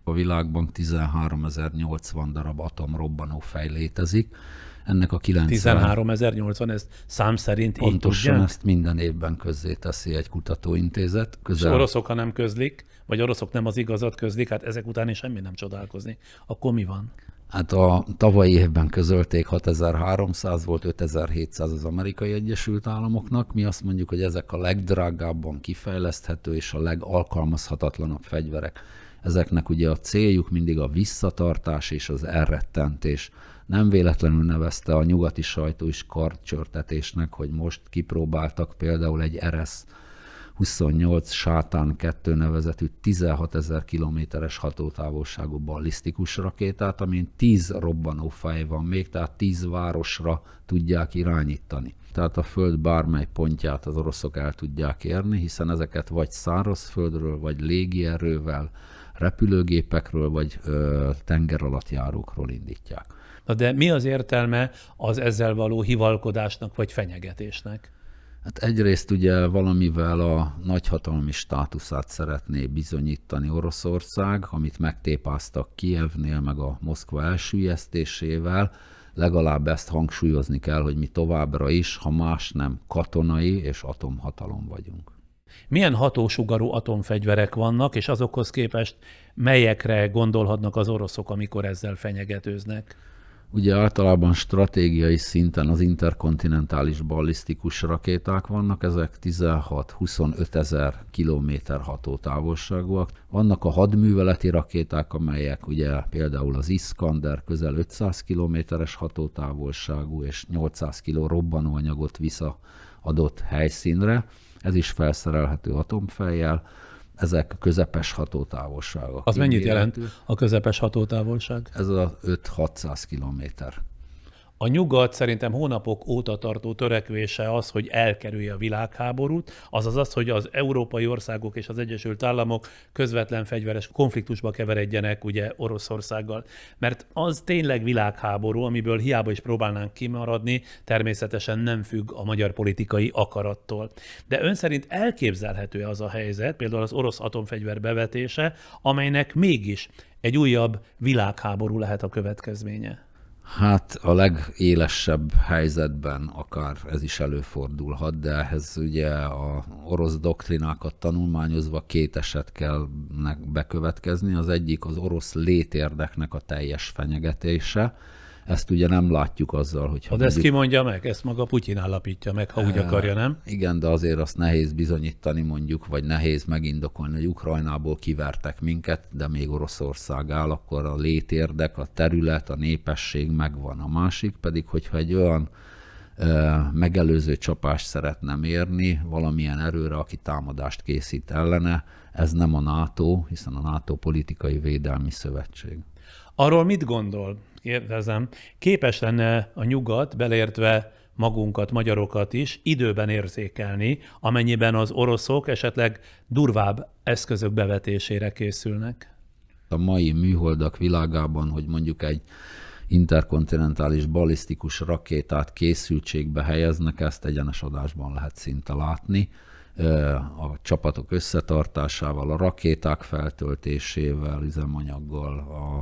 A világban 13.080 darab atomrobbanófej létezik. Ennek a 13.080, ez szám szerint így pontosan tudják? Ezt minden évben közzéteszi egy kutatóintézet. És oroszok, ha nem közlik, vagy oroszok nem az igazat közlik, hát ezek után is semmi nem csodálkozni. Akkor mi van? Hát a tavalyi évben közölték 6300, volt 5700 az Amerikai Egyesült Államoknak. Mi azt mondjuk, hogy ezek a legdrágábban kifejleszthető és a legalkalmazhatatlanabb fegyverek. Ezeknek ugye a céljuk mindig a visszatartás és az elrettentés. Nem véletlenül nevezte a nyugati sajtó is kartcsörtetésnek, hogy most kipróbáltak például egy RS-28 Sátán 2 nevezetű 16 000 kilométeres hatótávolságú ballisztikus rakétát, amin 10 robbanófej van még, tehát 10 városra tudják irányítani. Tehát a föld bármely pontját az oroszok el tudják érni, hiszen ezeket vagy szárazföldről, vagy légierővel, repülőgépekről, vagy tengeralattjárókról indítják. Na de mi az értelme az ezzel való hivalkodásnak vagy fenyegetésnek? Hát egyrészt ugye valamivel a nagyhatalmi státuszát szeretné bizonyítani Oroszország, amit megtépáztak Kijevnél, meg a Moszkva elsüllyesztésével. Legalább ezt hangsúlyozni kell, hogy mi továbbra is, ha más nem, katonai és atomhatalom vagyunk. Milyen hatósugarú atomfegyverek vannak, és azokhoz képest melyekre gondolhatnak az oroszok, amikor ezzel fenyegetőznek? Ugye általában stratégiai szinten az interkontinentális ballisztikus rakéták vannak, ezek 16-25 ezer kilométer hatótávolságúak. Vannak a hadműveleti rakéták, amelyek ugye például az Iskander közel 500 kilométeres hatótávolságú és 800 kg robbanóanyagot visszaadott helyszínre. Ez is felszerelhető atomfejjel. Ezek közepes hatótávolságok. Az mennyit jelent a közepes hatótávolság? Ez a 5-600 kilométer. A nyugat szerintem hónapok óta tartó törekvése az, hogy elkerülje a világháborút, azaz az, hogy az európai országok és az Egyesült Államok közvetlen fegyveres konfliktusba keveredjenek ugye Oroszországgal. Mert az tényleg világháború, amiből hiába is próbálnánk kimaradni, természetesen nem függ a magyar politikai akarattól. De ön szerint elképzelhető az a helyzet, például az orosz atomfegyver bevetése, amelynek mégis egy újabb világháború lehet a következménye? Hát a legélesebb helyzetben akár ez is előfordulhat, de ehhez ugye a orosz doktrinákat tanulmányozva 2 eset kell bekövetkezni. Az egyik az orosz létérdeknek a teljes fenyegetése. Ezt ugye nem látjuk azzal, hogy... De ezt ki mondja meg? Ezt maga Putyin állapítja meg, ha úgy akarja, nem? Igen, de azért azt nehéz bizonyítani mondjuk, vagy nehéz megindokolni, hogy Ukrajnából kivertek minket, de még Oroszország áll, akkor a létérdek, a terület, a népesség megvan. A másik pedig, hogyha egy olyan megelőző csapást szeretne mérni valamilyen erőre, aki támadást készít ellene, ez nem a NATO, hiszen a NATO politikai védelmi szövetség. Arról mit gondol? Kérdezem, képes lenne a nyugat, beleértve magunkat, magyarokat is időben érzékelni, amennyiben az oroszok esetleg durvább eszközök bevetésére készülnek? A mai műholdak világában, hogy mondjuk egy interkontinentális ballisztikus rakétát készültségbe helyeznek, ezt egyenes adásban lehet szinte látni. A csapatok összetartásával, a rakéták feltöltésével, üzemanyaggal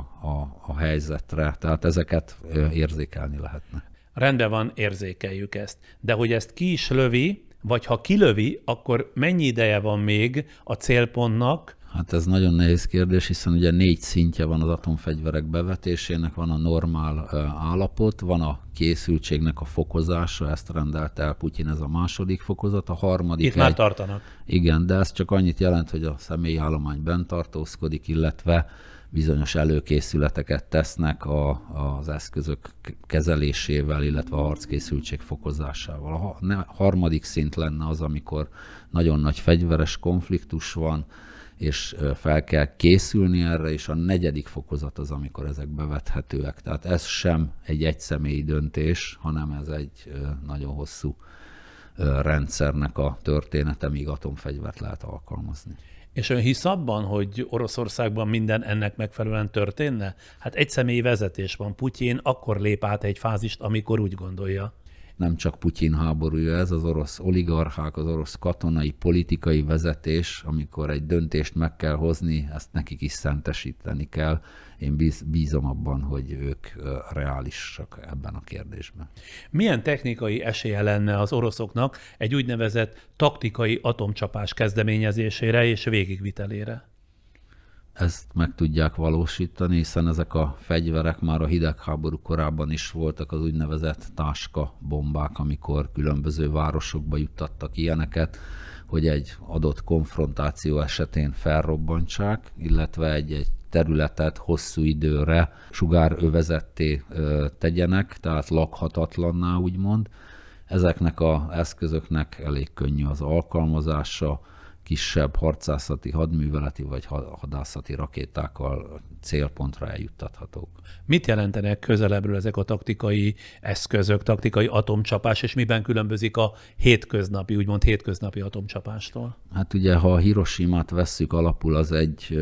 a helyzetre, tehát ezeket érzékelni lehetne. Rendben van, érzékeljük ezt. De hogy ezt ki is lövi, vagy ha kilövi, akkor mennyi ideje van még a célpontnak? Hát ez nagyon nehéz kérdés, hiszen ugye 4 szintje van az atomfegyverek bevetésének, van a normál állapot, van a készültségnek a fokozása, ezt rendelt el Putyin, ez a második fokozat, a harmadik... Itt már tartanak. Igen, de ez csak annyit jelent, hogy a személyi állomány bent tartózkodik, illetve bizonyos előkészületeket tesznek az eszközök kezelésével, illetve a harckészültség fokozásával. A harmadik szint lenne az, amikor nagyon nagy fegyveres konfliktus van, és fel kell készülni erre, és a 4. fokozat az, amikor ezek bevethetőek. Tehát ez sem egy egyszemélyi döntés, hanem ez egy nagyon hosszú rendszernek a története, míg atomfegyvert lehet alkalmazni. És ön hisz abban, hogy Oroszországban minden ennek megfelelően történne? Hát egyszemélyi vezetés van. Putyin akkor lép át egy fázist, amikor úgy gondolja. nem csak Putyin háborúja ez, az orosz oligarchák, az orosz katonai, politikai vezetés, amikor egy döntést meg kell hozni, ezt nekik is szentesíteni kell. Én bízom abban, hogy ők reálisak ebben a kérdésben. Milyen technikai esélye lenne az oroszoknak egy úgynevezett taktikai atomcsapás kezdeményezésére és végigvitelére? Ezt meg tudják valósítani, hiszen ezek a fegyverek már a hidegháború korában is voltak, az úgynevezett táska-bombák, amikor különböző városokba juttattak ilyeneket, hogy egy adott konfrontáció esetén felrobbantsák, illetve egy területet hosszú időre sugárövezetté tegyenek, tehát lakhatatlanná úgymond. Ezeknek az eszközöknek elég könnyű az alkalmazása, kisebb harcászati, hadműveleti vagy hadászati rakétákkal célpontra eljuttathatók. Mit jelentenek közelebbről ezek a taktikai eszközök, taktikai atomcsapás, és miben különbözik a hétköznapi, úgymond hétköznapi atomcsapástól? Hát ugye, ha a Hiroshimát vesszük alapul, az egy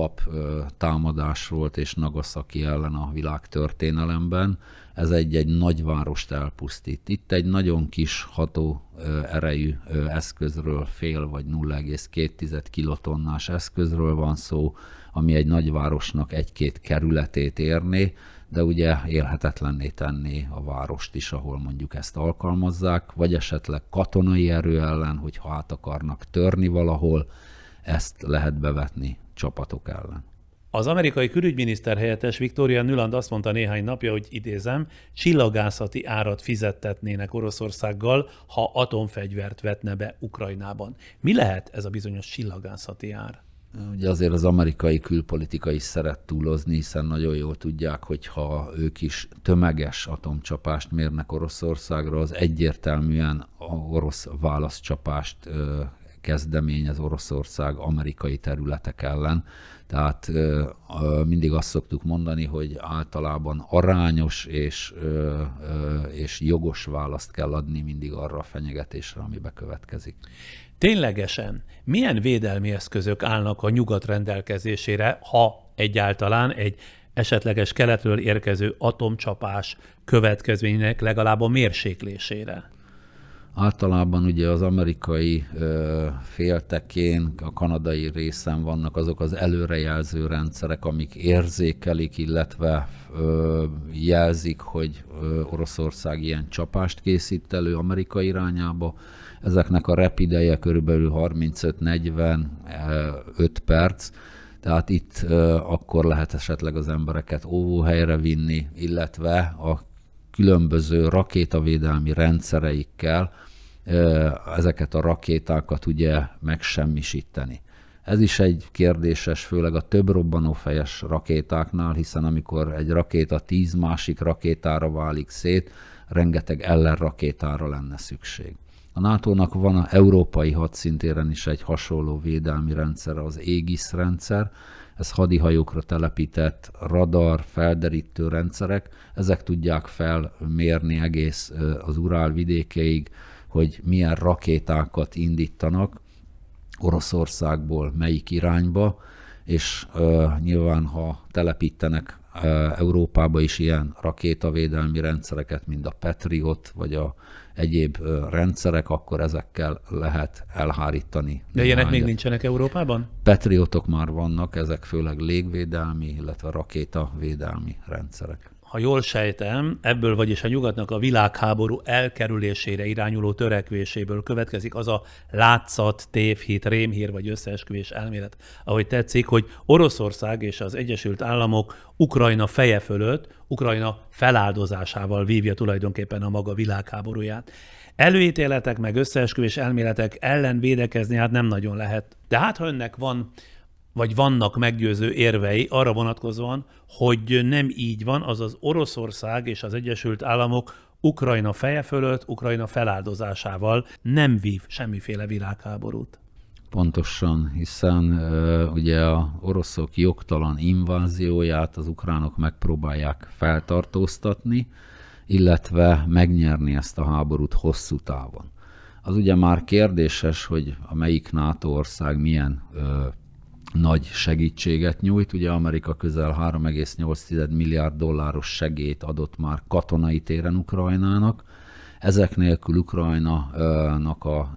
alaptámadás volt, és Nagasaki ellen a világtörténelemben. Ez egy nagyvárost elpusztít. Itt egy nagyon kis hatóerejű eszközről, fél vagy 0,2 kilotonnás eszközről van szó, ami egy nagyvárosnak egy-két kerületét érné, de ugye élhetetlenné tenné a várost is, ahol mondjuk ezt alkalmazzák, vagy esetleg katonai erő ellen, hogyha át akarnak törni valahol, ezt lehet bevetni csapatok ellen. Az amerikai külügyminiszter helyettes Victoria Nuland azt mondta néhány napja, hogy idézem, csillagászati árat fizettetnének Oroszországgal, ha atomfegyvert vetne be Ukrajnában. Mi lehet ez a bizonyos csillagászati ár? Ugye azért az amerikai külpolitika is szeret túlozni, hiszen nagyon jól tudják, hogy ha ők is tömeges atomcsapást mérnek Oroszországra, az egyértelműen a orosz válaszcsapást kezdeményez Oroszország amerikai területek ellen. Tehát mindig azt szoktuk mondani, hogy általában arányos és jogos választ kell adni mindig arra a fenyegetésre, ami bekövetkezik. Ténylegesen milyen védelmi eszközök állnak a nyugat rendelkezésére, ha egyáltalán egy esetleges keletről érkező atomcsapás következménynek legalább a mérséklésére? Általában ugye az amerikai féltekén, a kanadai részen vannak azok az előrejelző rendszerek, amik érzékelik, illetve jelzik, hogy Oroszország ilyen csapást készít elő Amerika irányába. Ezeknek a repideje körülbelül 35-40-5 perc, tehát itt akkor lehet esetleg az embereket óvóhelyre vinni, illetve a különböző rakétavédelmi rendszereikkel ezeket a rakétákat ugye megsemmisíteni. Ez is egy kérdéses, főleg a több robbanófejes rakétáknál, hiszen amikor egy rakéta 10 másik rakétára válik szét, rengeteg ellenrakétára lenne szükség. A NATO-nak van az európai hadszintéren is egy hasonló védelmi rendszer, az Aegis rendszer. Ez hadihajókra telepített radar, felderítő rendszerek. Ezek tudják felmérni egész az Urál vidékeig, hogy milyen rakétákat indítanak Oroszországból melyik irányba, és nyilván, ha telepítenek Európába is ilyen rakétavédelmi rendszereket, mint a Patriot, vagy a egyéb rendszerek, akkor ezekkel lehet elhárítani. De ilyenek még nincsenek Európában? Patriotok már vannak, ezek főleg légvédelmi, illetve rakétavédelmi rendszerek. Ha jól sejtem, ebből vagyis a nyugatnak a világháború elkerülésére irányuló törekvéséből következik az a látszat, tévhit, rémhír vagy összeesküvés elmélet, ahogy tetszik, hogy Oroszország és az Egyesült Államok Ukrajna feje fölött, Ukrajna feláldozásával vívja tulajdonképpen a maga világháborúját. Előítéletek meg összeesküvés elméletek ellen védekezni hát nem nagyon lehet. De hát ha önnek vannak meggyőző érvei arra vonatkozóan, hogy nem így van, azaz Oroszország és az Egyesült Államok Ukrajna feje fölött, Ukrajna feláldozásával nem vív semmiféle világháborút. Pontosan, hiszen ugye az oroszok jogtalan invázióját az ukránok megpróbálják feltartóztatni, illetve megnyerni ezt a háborút hosszú távon. Az ugye már kérdéses, hogy a melyik NATO ország milyen nagy segítséget nyújt. Ugye Amerika közel 3,8 milliárd dolláros segélyt adott már katonai téren Ukrajnának. Ezek nélkül Ukrajnának a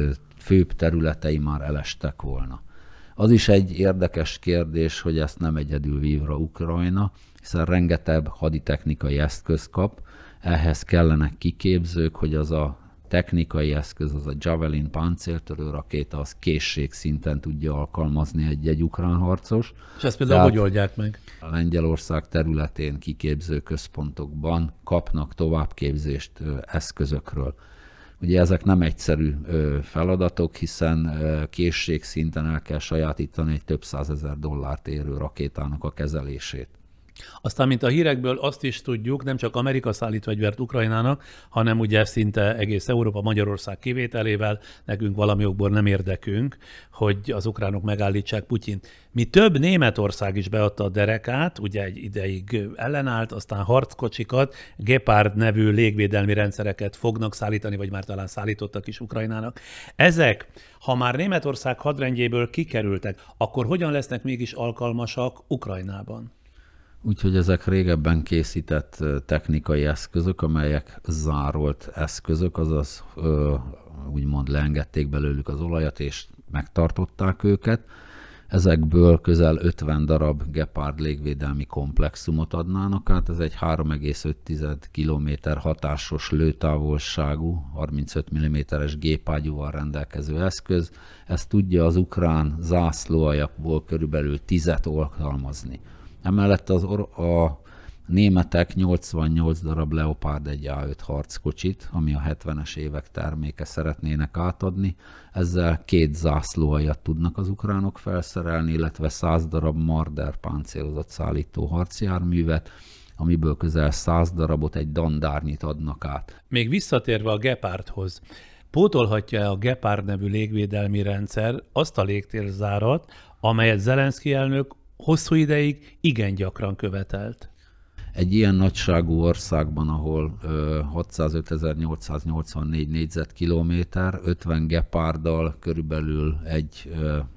főbb területei már elestek volna. Az is egy érdekes kérdés, hogy ezt nem egyedül vívra Ukrajna, hiszen rengeteg haditechnikai eszköz kap, ehhez kellenek kiképzők, hogy az a technikai eszköz, az a Javelin páncéltörő rakéta, az készségszinten tudja alkalmazni egy ukrán harcos. És ezt például hogy oldják meg? A Lengyelország területén kiképző központokban kapnak továbbképzést eszközökről. Ugye ezek nem egyszerű feladatok, hiszen készségszinten el kell sajátítani egy több $100,000 érő rakétának a kezelését. Aztán, mint a hírekből azt is tudjuk, nem csak Amerika szállít fegyvert Ukrajnának, hanem ugye szinte egész Európa, Magyarország kivételével, nekünk valami okból nem érdekünk, hogy az ukránok megállítsák Putyint. Mi több, Németország is beadta a derekát, ugye egy ideig ellenállt, aztán harckocsikat, Gepard nevű légvédelmi rendszereket fognak szállítani, vagy már talán szállítottak is Ukrajnának. Ezek, ha már Németország hadrendjéből kikerültek, akkor hogyan lesznek mégis alkalmasak Ukrajnában? Úgyhogy ezek régebben készített technikai eszközök, amelyek zárolt eszközök, azaz úgymond leengedték belőlük az olajat, és megtartották őket. Ezekből közel 50 darab Gepard légvédelmi komplexumot adnának át. Ez egy 3,5 km hatásos lőtávolságú, 35 mm-es gépágyúval rendelkező eszköz. Ezt tudja az ukrán zászlóaljakból körülbelül 10-et alkalmazni. Emellett a németek 88 darab Leopard 1A5 harckocsit, ami a 70-es évek terméke, szeretnének átadni. Ezzel 2 zászlóaljat tudnak az ukránok felszerelni, illetve 100 darab Marder páncélozott szállító harcjárművet, amiből közel 100 darabot, egy dandárnyit adnak át. Még visszatérve a Gepardhoz, pótolhatja a Gepard nevű légvédelmi rendszer azt a légtérzárat, amelyet Zelenszky elnök hosszú ideig igen gyakran követelt? Egy ilyen nagyságú országban, ahol 605.884 négyzetkilométer, 50 Geparddal körülbelül egy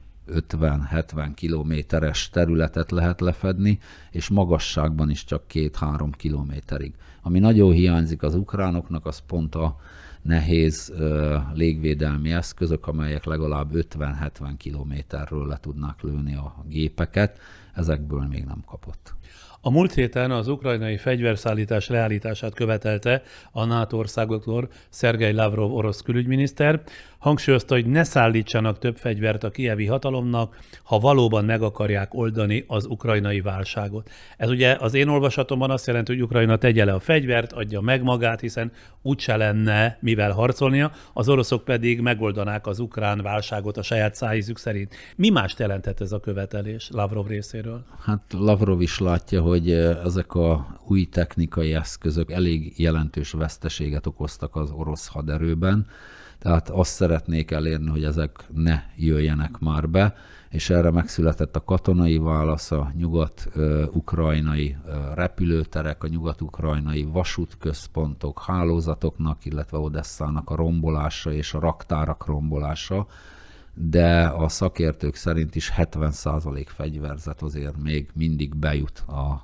50-70 kilométeres területet lehet lefedni, és magasságban is csak 2-3 kilométerig. Ami nagyon hiányzik az ukránoknak, az pont a nehéz légvédelmi eszközök, amelyek legalább 50-70 kilométerről le tudnák lőni a gépeket, ezekből még nem kapott. A múlt héten az ukrajnai fegyverszállítás leállítását követelte a NATO országoktól Szergej Lavrov orosz külügyminiszter. Hangsúlyozta, hogy ne szállítsanak több fegyvert a kijevi hatalomnak, ha valóban meg akarják oldani az ukrajnai válságot. Ez ugye az én olvasatomban azt jelenti, hogy Ukrajna tegye le a fegyvert, adja meg magát, hiszen úgyse lenne mivel harcolnia, az oroszok pedig megoldanák az ukrán válságot a saját szájízük szerint. Mi mást jelentett ez a követelés Lavrov részéről? Hát Lavrov is látja, hogy ezek a új technikai eszközök elég jelentős veszteséget okoztak az orosz haderőben, tehát azt szeretnék elérni, hogy ezek ne jöjjenek már be, és erre megszületett a katonai válasz, a nyugat-ukrajnai repülőterek, a nyugat-ukrajnai vasútközpontok, hálózatoknak, illetve Odesszának a rombolása és a raktárak rombolása, de a szakértők szerint is 70% fegyverzet azért még mindig bejut a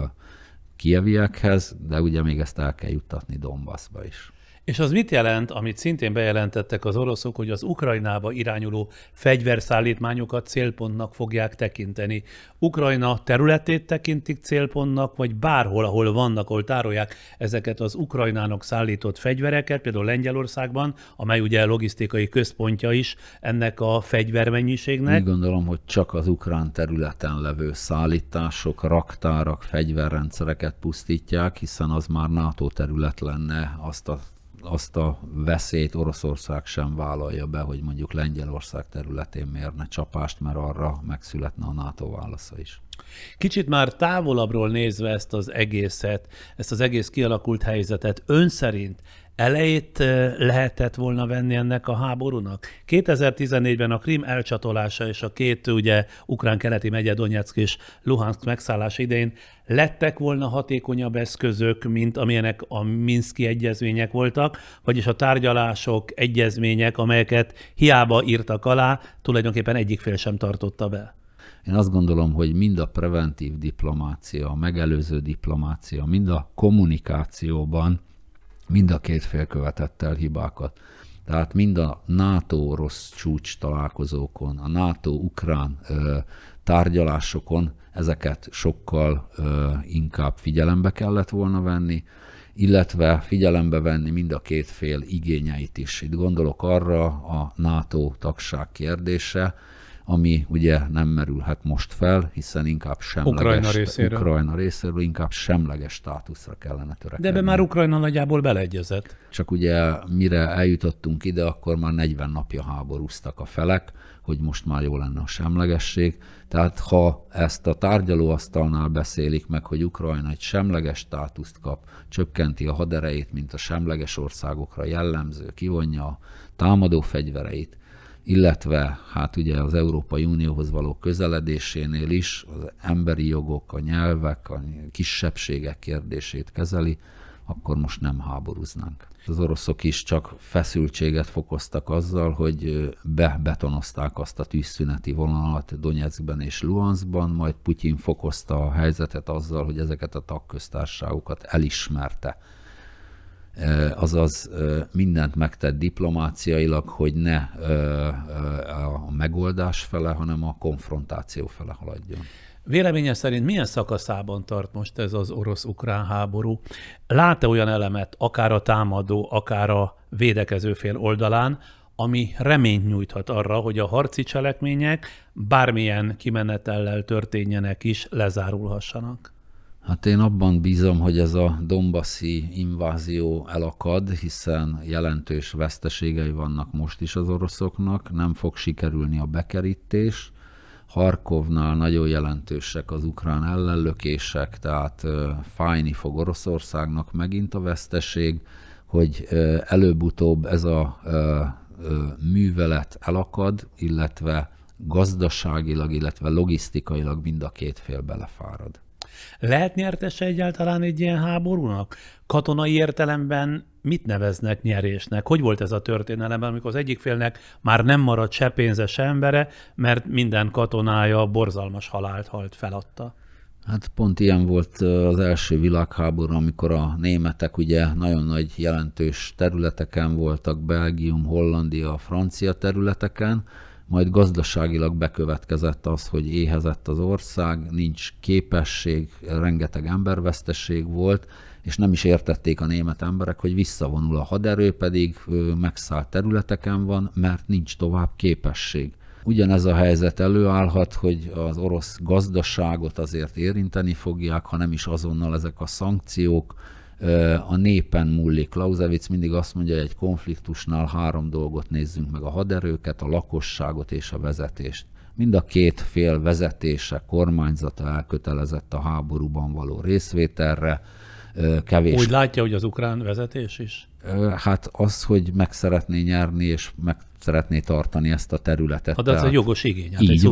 kijeviekhez, de ugye még ezt el kell juttatni Donbassba is. És az mit jelent, amit szintén bejelentettek az oroszok, hogy az Ukrajnába irányuló fegyverszállítmányokat célpontnak fogják tekinteni? Ukrajna területét tekintik célpontnak, vagy bárhol, ahol vannak, ahol tárolják ezeket az Ukrajnának szállított fegyvereket, például Lengyelországban, amely ugye logisztikai központja is ennek a fegyvermennyiségnek? Úgy gondolom, hogy csak az ukrán területen levő szállítások, raktárak, fegyverrendszereket pusztítják, hiszen az már NATO terület lenne, azt a veszélyt Oroszország sem vállalja be, hogy mondjuk Lengyelország területén mérne csapást, mert arra megszületne a NATO válasza is. Kicsit már távolabbról nézve ezt az egészet, ezt az egész kialakult helyzetet, ön szerint elejét lehetett volna venni ennek a háborúnak? 2014-ben a Krím elcsatolása és a két ugye ukrán keleti megye Donyeck és Luhanszk megszállása idején lettek volna hatékonyabb eszközök, mint amilyenek a minszki egyezmények voltak, vagyis a tárgyalások, egyezmények, amelyeket hiába írtak alá, tulajdonképpen egyik fél sem tartotta be. Én azt gondolom, hogy mind a preventív diplomácia, a megelőző diplomácia, mind a kommunikációban Mind a két fél követett el hibákat. Tehát mind a NATO-orosz csúcs találkozókon, a NATO-ukrán tárgyalásokon ezeket sokkal inkább figyelembe kellett volna venni, illetve figyelembe venni mind a két fél igényeit is. Itt gondolok arra a NATO tagság kérdése, ami ugye nem merülhet most fel, hiszen inkább semleges, Ukrajna részéről inkább semleges státuszra kellene törekedni. De ebbe már Ukrajna nagyjából beleegyezett. Csak ugye mire eljutottunk ide, akkor már 40 napja háborúztak a felek, hogy most már jó lenne a semlegesség. Tehát ha ezt a tárgyalóasztalnál beszélik meg, hogy Ukrajna egy semleges státuszt kap, csökkenti a haderejét, mint a semleges országokra jellemző, kivonja a támadó fegyvereit, illetve hát ugye az Európai Unióhoz való közeledésénél is az emberi jogok, a nyelvek, a kisebbségek kérdését kezeli, akkor most nem háborúznánk. Az oroszok is csak feszültséget fokoztak azzal, hogy bebetonozták azt a tűzszüneti vonalat Donyeckben és Luhanszkban, majd Putyin fokozta a helyzetet azzal, hogy ezeket a tagköztársaságokat elismerte. Azaz mindent megtett diplomáciailag, hogy ne a megoldás fele, hanem a konfrontáció fele haladjon. Véleménye szerint milyen szakaszában tart most ez az orosz-ukrán háború? Lát-e olyan elemet, akár a támadó, akár a védekező fél oldalán, ami reményt nyújthat arra, hogy a harci cselekmények bármilyen kimenetellel történjenek is, lezárulhassanak? Hát én abban bízom, hogy ez a donbassi invázió elakad, hiszen jelentős veszteségei vannak most is az oroszoknak, nem fog sikerülni a bekerítés. Harkovnál nagyon jelentősek az ukrán ellenlökések, tehát fájni fog Oroszországnak megint a veszteség, hogy előbb-utóbb ez a művelet elakad, illetve gazdaságilag, illetve logisztikailag mind a két fél belefárad. Lehet nyertese egyáltalán egy ilyen háborúnak? Katonai értelemben mit neveznek nyerésnek? Hogy volt ez a történelemben, amikor az egyik félnek már nem maradt se pénze, se embere, mert minden katonája borzalmas halált halt feladta? Hát pont ilyen volt az első világháború, amikor a németek ugye nagyon nagy jelentős területeken voltak, Belgium, Hollandia, Francia területeken, majd gazdaságilag bekövetkezett az, hogy éhezett az ország, nincs képesség, rengeteg emberveszteség volt, és nem is értették a német emberek, hogy visszavonul a haderő, pedig megszállt területeken van, mert nincs tovább képesség. Ugyanez a helyzet előállhat, hogy az orosz gazdaságot azért érinteni fogják, ha nem is azonnal ezek a szankciók. A népen múlik. Clausewitz mindig azt mondja, hogy egy konfliktusnál 3 dolgot nézzünk meg: a haderőket, a lakosságot és a vezetést. Mind a két fél vezetése, kormányzata elkötelezett a háborúban való részvételre. Kevés. Úgy látja, hogy az ukrán vezetés is? Hát az, hogy meg szeretné nyerni és meg szeretné tartani ezt a területet. De ez egy jogos igény. Hát így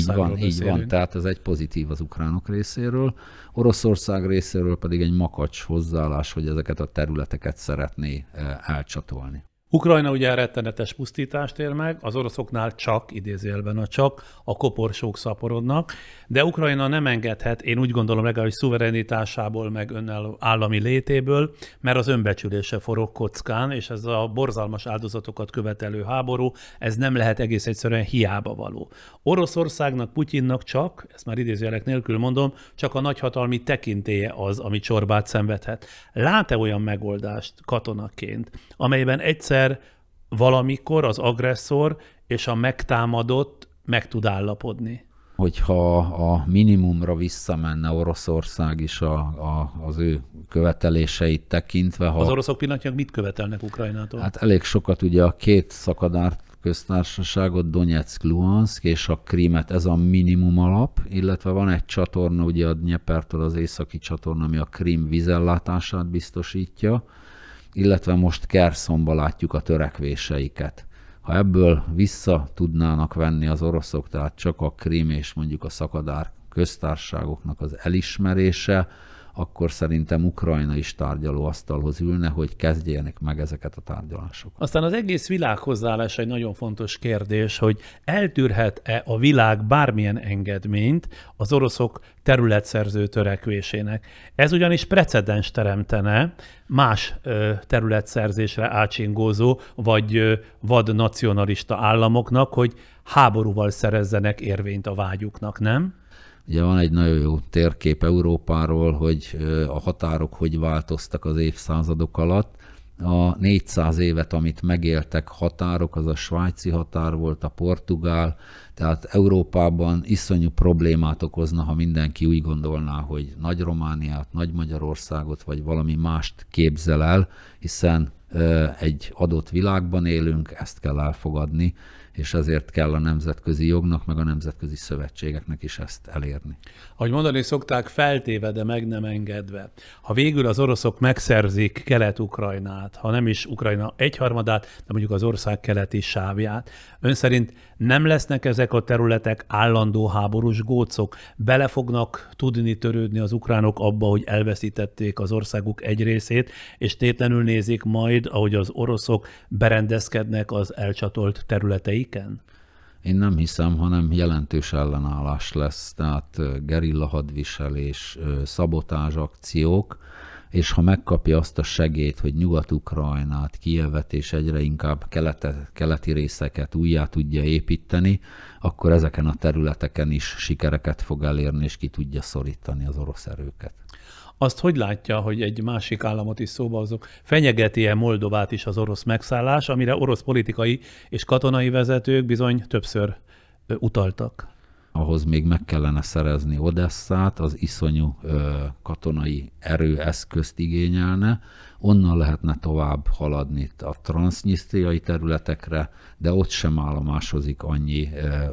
van. Tehát ez egy pozitív az ukránok részéről. Oroszország részéről pedig egy makacs hozzáállás, hogy ezeket a területeket szeretné elcsatolni. Ukrajna ugye rettenetes pusztítást él meg, az oroszoknál csak, idézőjelben a koporsók szaporodnak, de Ukrajna nem engedhet, én úgy gondolom legalábbis szuverenitásából, meg önálló állami létéből, mert az önbecsülése forog kockán, és ez a borzalmas áldozatokat követelő háború, ez nem lehet egész egyszerűen hiába való. Oroszországnak, Putyinnak csak, ezt már idézőjelek nélkül mondom, csak a nagyhatalmi tekintélye az, ami csorbát szenvedhet. Lát-e olyan megoldást katonaként, amelyben egyszer valamikor az agresszor és a megtámadott meg tud állapodni? Hogyha a minimumra visszamenne Oroszország is az ő követeléseit tekintve. Az oroszok pillanatnyilag mit követelnek Ukrajnától? Hát elég sokat, ugye a 2 szakadár köztársaságot, Donyeck, Luhanszk és a Krímet, ez a minimum alap, illetve van egy csatorna, ugye a Dnyepertől az északi csatorna, ami a Krím vízellátását biztosítja, illetve most Kerszonba látjuk a törekvéseiket. Ha ebből vissza tudnának venni az oroszok, tehát csak a Krím és mondjuk a szakadár köztársaságoknak az elismerése, akkor szerintem Ukrajna is tárgyalóasztalhoz ülne, hogy kezdjenek meg ezeket a tárgyalásokat. Aztán az egész világ hozzáállása egy nagyon fontos kérdés, hogy eltűrhet-e a világ bármilyen engedményt az oroszok területszerző törekvésének. Ez ugyanis precedens teremtene más területszerzésre átsingózó vagy vad nacionalista államoknak, hogy háborúval szerezzenek érvényt a vágyuknak, nem? Ugye van egy nagyon jó térkép Európáról, hogy a határok hogy változtak az évszázadok alatt. A 400 évet, amit megéltek határok, az a svájci határ volt, a portugál, tehát Európában iszonyú problémát okozna, ha mindenki úgy gondolná, hogy Nagy-Romániát, Nagy-Magyarországot vagy valami mást képzel el, hiszen egy adott világban élünk, ezt kell elfogadni, és ezért kell a nemzetközi jognak, meg a nemzetközi szövetségeknek is ezt elérni. Ahogy mondani szokták, feltéve, de meg nem engedve. Ha végül az oroszok megszerzik Kelet-Ukrajnát, ha nem is Ukrajna egyharmadát, de mondjuk az ország keleti sávját, ön szerint nem lesznek ezek a területek állandó háborús gócok? Bele fognak tudni törődni az ukránok abba, hogy elveszítették az országuk egy részét, és tétlenül nézik majd, ahogy az oroszok berendezkednek az elcsatolt területeiken? Én nem hiszem, hanem jelentős ellenállás lesz, tehát gerilla hadviselés, szabotázs akciók, és ha megkapja azt a segélyt, hogy Nyugat-Ukrajnát, Kijevet és egyre inkább keleti részeket újjá tudja építeni, akkor ezeken a területeken is sikereket fog elérni, és ki tudja szorítani az orosz erőket. Azt hogy látja, hogy egy másik államot is szóba hozok, fenyegeti-e Moldovát is az orosz megszállás, amire orosz politikai és katonai vezetők bizony többször utaltak? Ahhoz még meg kellene szerezni Odesszát, az iszonyú katonai erőeszközt igényelne, onnan lehetne tovább haladni a transznisztriai területekre, de ott sem állomásozik annyi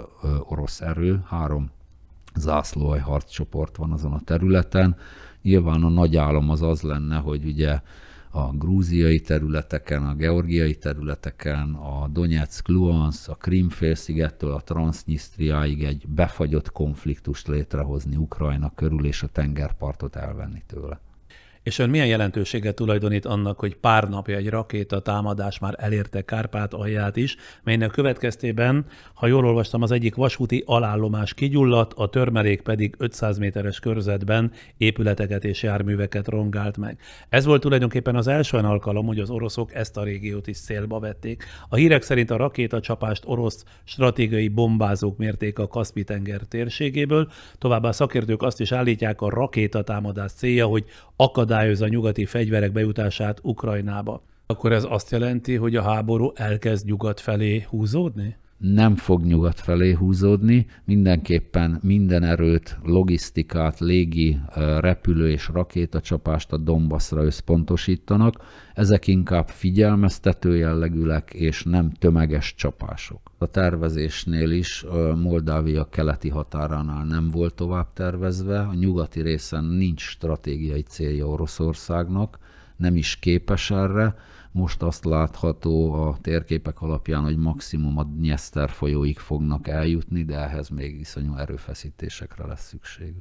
orosz erő, 3 zászlóalj harccsoport van azon a területen. Nyilván a nagy álom az lenne, hogy ugye a grúziai területeken, a georgiai területeken, a Donetsk, Luhansk, a Krím-félszigettől a Transznisztriáig egy befagyott konfliktust létrehozni Ukrajna körül, és a tengerpartot elvenni tőle. És ön milyen jelentőséget tulajdonít annak, hogy pár napja egy rakétatámadás már elérte Kárpátalját is, melynek következtében, ha jól olvastam, az egyik vasúti alállomás kigyulladt, a törmelék pedig 500 méteres körzetben épületeket és járműveket rongált meg. Ez volt tulajdonképpen az első alkalom, hogy az oroszok ezt a régiót is célba vették. A hírek szerint a rakétacsapást orosz stratégiai bombázók mérték a Kaszpi-tenger térségéből, továbbá szakértők azt is állítják, a rakétatámadás célja, hogy akadályozza a nyugati fegyverek bejutását Ukrajnába. Akkor ez azt jelenti, hogy a háború elkezd nyugat felé húzódni? Nem fog nyugat felé húzódni, mindenképpen minden erőt, logisztikát, légi, repülő és rakétacsapást a Donbasszra összpontosítanak. Ezek inkább figyelmeztető jellegűek és nem tömeges csapások. A tervezésnél is Moldávia keleti határánál nem volt tovább tervezve, a nyugati részen nincs stratégiai célja Oroszországnak, nem is képes erre. Most azt látható a térképek alapján, hogy maximum a Dnyeszter folyóig fognak eljutni, de ehhez még iszonyú erőfeszítésekre lesz szükség.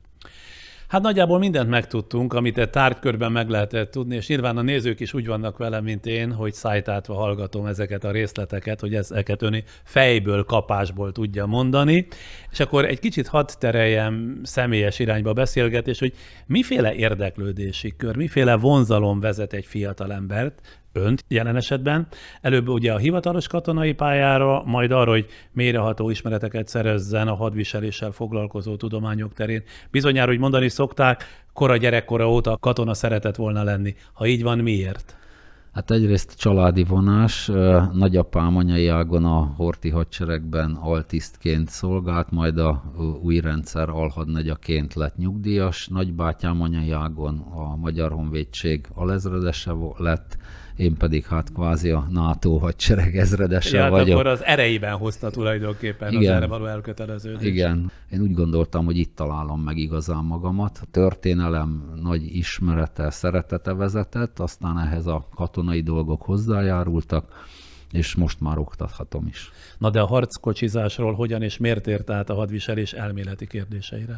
Hát nagyjából mindent megtudtunk, amit egy tárgykörben meg lehetett tudni, és nyilván a nézők is úgy vannak vele, mint én, hogy szájtátva hallgatom ezeket a részleteket, hogy ezeket ön fejből, kapásból tudja mondani. És akkor egy kicsit hadd tereljem személyes irányba a beszélgetés, hogy miféle érdeklődési kör, miféle vonzalom vezet egy fiatalembert, önt jelen esetben, előbb ugye a hivatalos katonai pályára, majd arra, hogy mélyreható ismereteket szerezzen a hadviseléssel foglalkozó tudományok terén. Bizonyára, hogy mondani szokták, kora gyerekkora óta katona szeretett volna lenni. Ha így van, miért? Hát egyrészt családi vonás, nagyapám anyai ágon a horthy hadseregben altisztként szolgált, majd a új rendszer alhadnagyaként lett nyugdíjas, nagybátyám anyai ágon a Magyar Honvédség alezredese lett, én pedig hát kvázi a NATO hadsereg ezredese vagyok. Akkor az erejében hozta tulajdonképpen az erre való elköteleződés. Igen, én úgy gondoltam, hogy itt találom meg igazán magamat. A történelem nagy ismerete, szeretete vezetett, aztán ehhez a katonai dolgok hozzájárultak, és most már oktathatom is. Na de a harckocsizásról hogyan és miért ért át a hadviselés elméleti kérdéseire?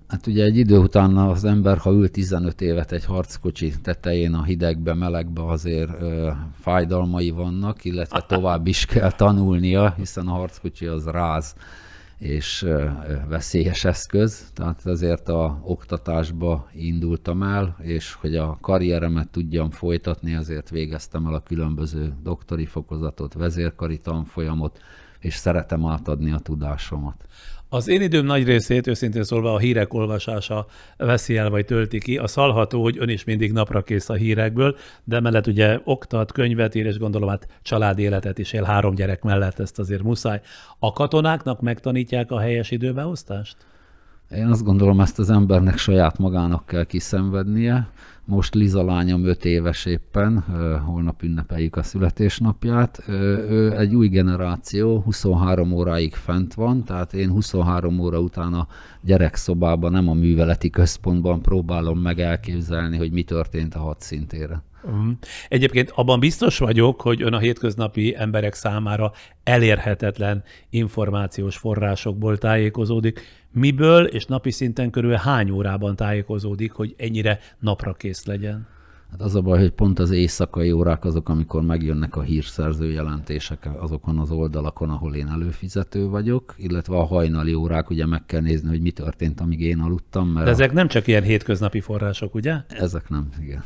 Hát ugye egy idő után az ember, ha ül 15 évet egy harckocsi tetején a hidegbe, melegbe, azért fájdalmai vannak, illetve tovább is kell tanulnia, hiszen a harckocsi az ráz és veszélyes eszköz, tehát ezért a oktatásba indultam el, és hogy a karrieremet tudjam folytatni, ezért végeztem el a különböző doktori fokozatot, vezérkari tanfolyamot, és szeretem átadni a tudásomat. Az én időm nagy részét, őszintén szólva, a hírek olvasása veszi el, vagy tölti ki. Az hallható, hogy ön is mindig napra kész a hírekből, de mellett ugye oktat, könyvet ír, és gondolom, hát családi életet is él 3 gyerek mellett, ezt azért muszáj. A katonáknak megtanítják a helyes időbeosztást? Én azt gondolom, ezt az embernek saját magának kell kiszenvednie. Most Liza lányom 5 éves éppen, holnap ünnepeljük a születésnapját. Ő egy új generáció, 23 óráig fent van, tehát én 23 óra után a gyerekszobában, nem a műveleti központban próbálom meg elképzelni, hogy mi történt a hadszíntéren. Egyébként abban biztos vagyok, hogy ön a hétköznapi emberek számára elérhetetlen információs forrásokból tájékozódik. Miből és napi szinten körül hány órában tájékozódik, hogy ennyire napra kész legyen? Hát az a baj, hogy pont az éjszakai órák azok, amikor megjönnek a hírszerző jelentések azokon az oldalakon, ahol én előfizető vagyok, illetve a hajnali órák, ugye meg kell nézni, hogy mi történt, amíg én aludtam. Mert de ezek nem csak ilyen hétköznapi források, ugye? Ezek nem, igen.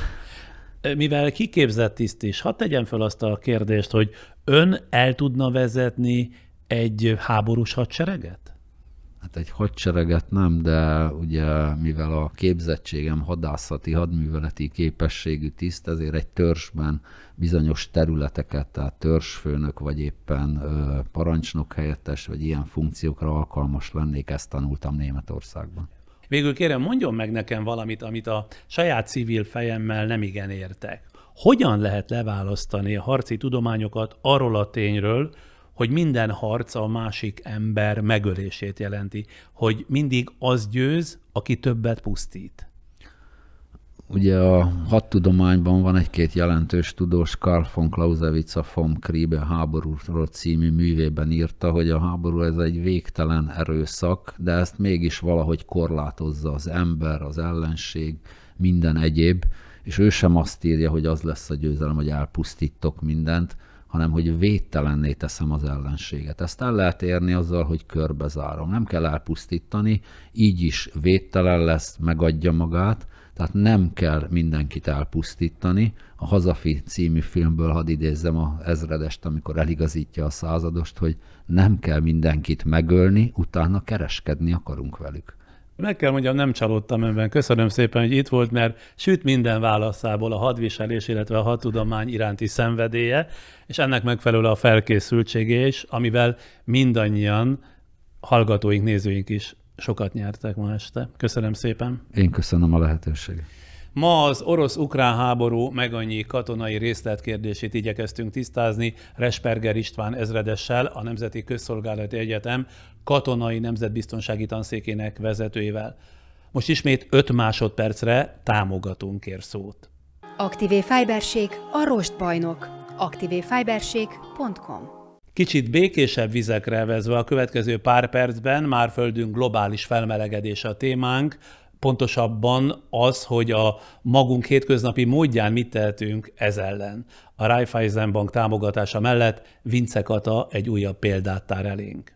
Mivel kiképzett tiszt is, hadd tegyem fel azt a kérdést, hogy ön el tudna vezetni egy háborús hadsereget? Hát egy hadsereget nem, de ugye mivel a képzettségem hadászati, hadműveleti képességű tiszt, ezért egy törzsben bizonyos területeket, tehát törzsfőnök, vagy éppen parancsnok helyettes, vagy ilyen funkciókra alkalmas lennék, ezt tanultam Németországban. Végül kérem, mondjon meg nekem valamit, amit a saját civil fejemmel nem igen értek. Hogyan lehet leválasztani a harci tudományokat arról a tényről, hogy minden harc a másik ember megölését jelenti, hogy mindig az győz, aki többet pusztít? Ugye a hadtudományban van egy-két jelentős tudós, Karl von Clausewitz a Vom Kriege háborúról című művében írta, hogy a háború ez egy végtelen erőszak, de ezt mégis valahogy korlátozza az ember, az ellenség, minden egyéb, és ő sem azt írja, hogy az lesz a győzelem, hogy elpusztítok mindent, hanem hogy védtelenné teszem az ellenséget. Ezt el lehet érni azzal, hogy körbezárom. Nem kell elpusztítani, így is védtelen lesz, megadja magát, tehát nem kell mindenkit elpusztítani. A Hazafi című filmből hadd idézzem az ezredest, amikor eligazítja a századost, hogy nem kell mindenkit megölni, utána kereskedni akarunk velük. Meg kell mondjam, nem csalódtam önben. Köszönöm szépen, hogy itt volt, mert süt minden válaszából a hadviselés, illetve a hadtudomány iránti szenvedélye, és ennek megfelelő a felkészültsége is, amivel mindannyian, hallgatóink, nézőink is sokat nyertek ma este. Köszönöm szépen. Én köszönöm a lehetőséget. Ma az orosz-ukrán háború meg annyi katonai részletkérdését igyekeztünk tisztázni Resperger István ezredessel, a Nemzeti Közszolgálati Egyetem katonai nemzetbiztonsági tanszékének vezetőjével. Most ismét 5 másodpercre támogatónk kér szót. Activé Fiberség a rostbajnok. activefiberség.com. Kicsit békésebb vizekre vezve a következő pár percben már földünk globális felmelegedése a témánk, pontosabban az, hogy a magunk hétköznapi módján mit tehetünk ez ellen. A Raiffeisen Bank támogatása mellett Vince Kata egy újabb példát tár elénk.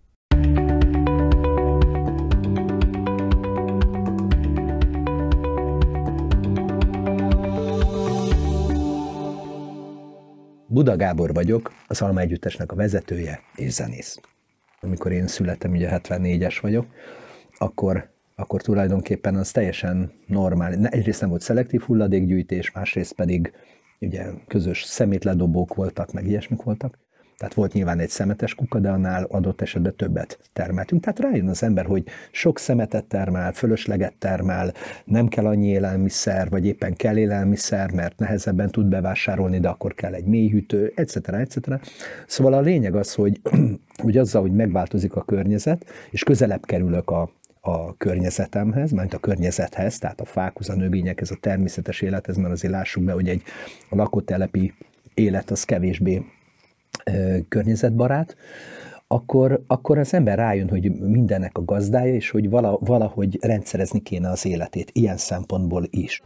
Buda Gábor vagyok, a Szalma Együttesnek a vezetője és zenész. Amikor én születtem, ugye 74-es vagyok, akkor tulajdonképpen az teljesen normál. Egyrészt nem volt szelektív hulladékgyűjtés, másrészt pedig ugye közös szemétledobók voltak, meg ilyesmik voltak. Tehát volt nyilván egy szemetes kuka, de annál adott esetben többet termeltünk. Tehát rájön az ember, hogy sok szemetet termel, fölösleget termel, nem kell annyi élelmiszer, vagy éppen kell élelmiszer, mert nehezebben tud bevásárolni, de akkor kell egy mélyhűtő, etc. Szóval a lényeg az, hogy azzal, hogy megváltozik a környezet, és közelebb kerülök a környezetemhez, mert a környezethez, tehát a fákhoz, a növényekhez, a természetes élethez, mert azért lássuk be, hogy a lakótelepi élet az kevésbé környezetbarát, akkor az ember rájön, hogy mindennek a gazdája, és hogy valahogy rendszerezni kéne az életét, ilyen szempontból is.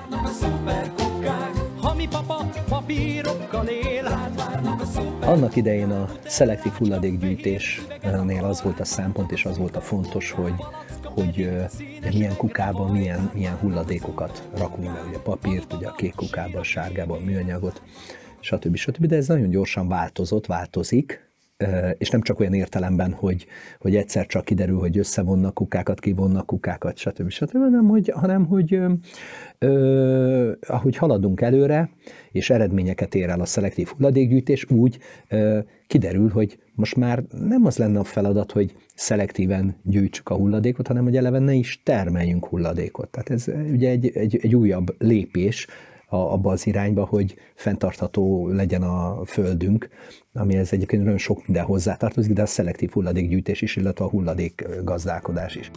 Annak idején a szelektív hulladékgyűjtésnél az volt a szempont, és az volt a fontos, hogy milyen kukában milyen hulladékokat rakunk be, ugye papírt, ugye a kék kukában, a sárgában, a műanyagot, stb. De ez nagyon gyorsan változik, és nem csak olyan értelemben, hogy egyszer csak kiderül, hogy összevonnak kukákat, kivonnak kukákat, stb. hanem hogy ahogy haladunk előre, és eredményeket ér el a szelektív hulladékgyűjtés, úgy kiderül, hogy most már nem az lenne a feladat, hogy szelektíven gyűjtsük a hulladékot, hanem hogy eleve ne is termeljünk hulladékot. Tehát ez ugye egy újabb lépés abba az irányba, hogy fenntartható legyen a földünk, amihez egyébként nagyon sok minden hozzátartozik, de a szelektív hulladékgyűjtés is, illetve a hulladék gazdálkodás is.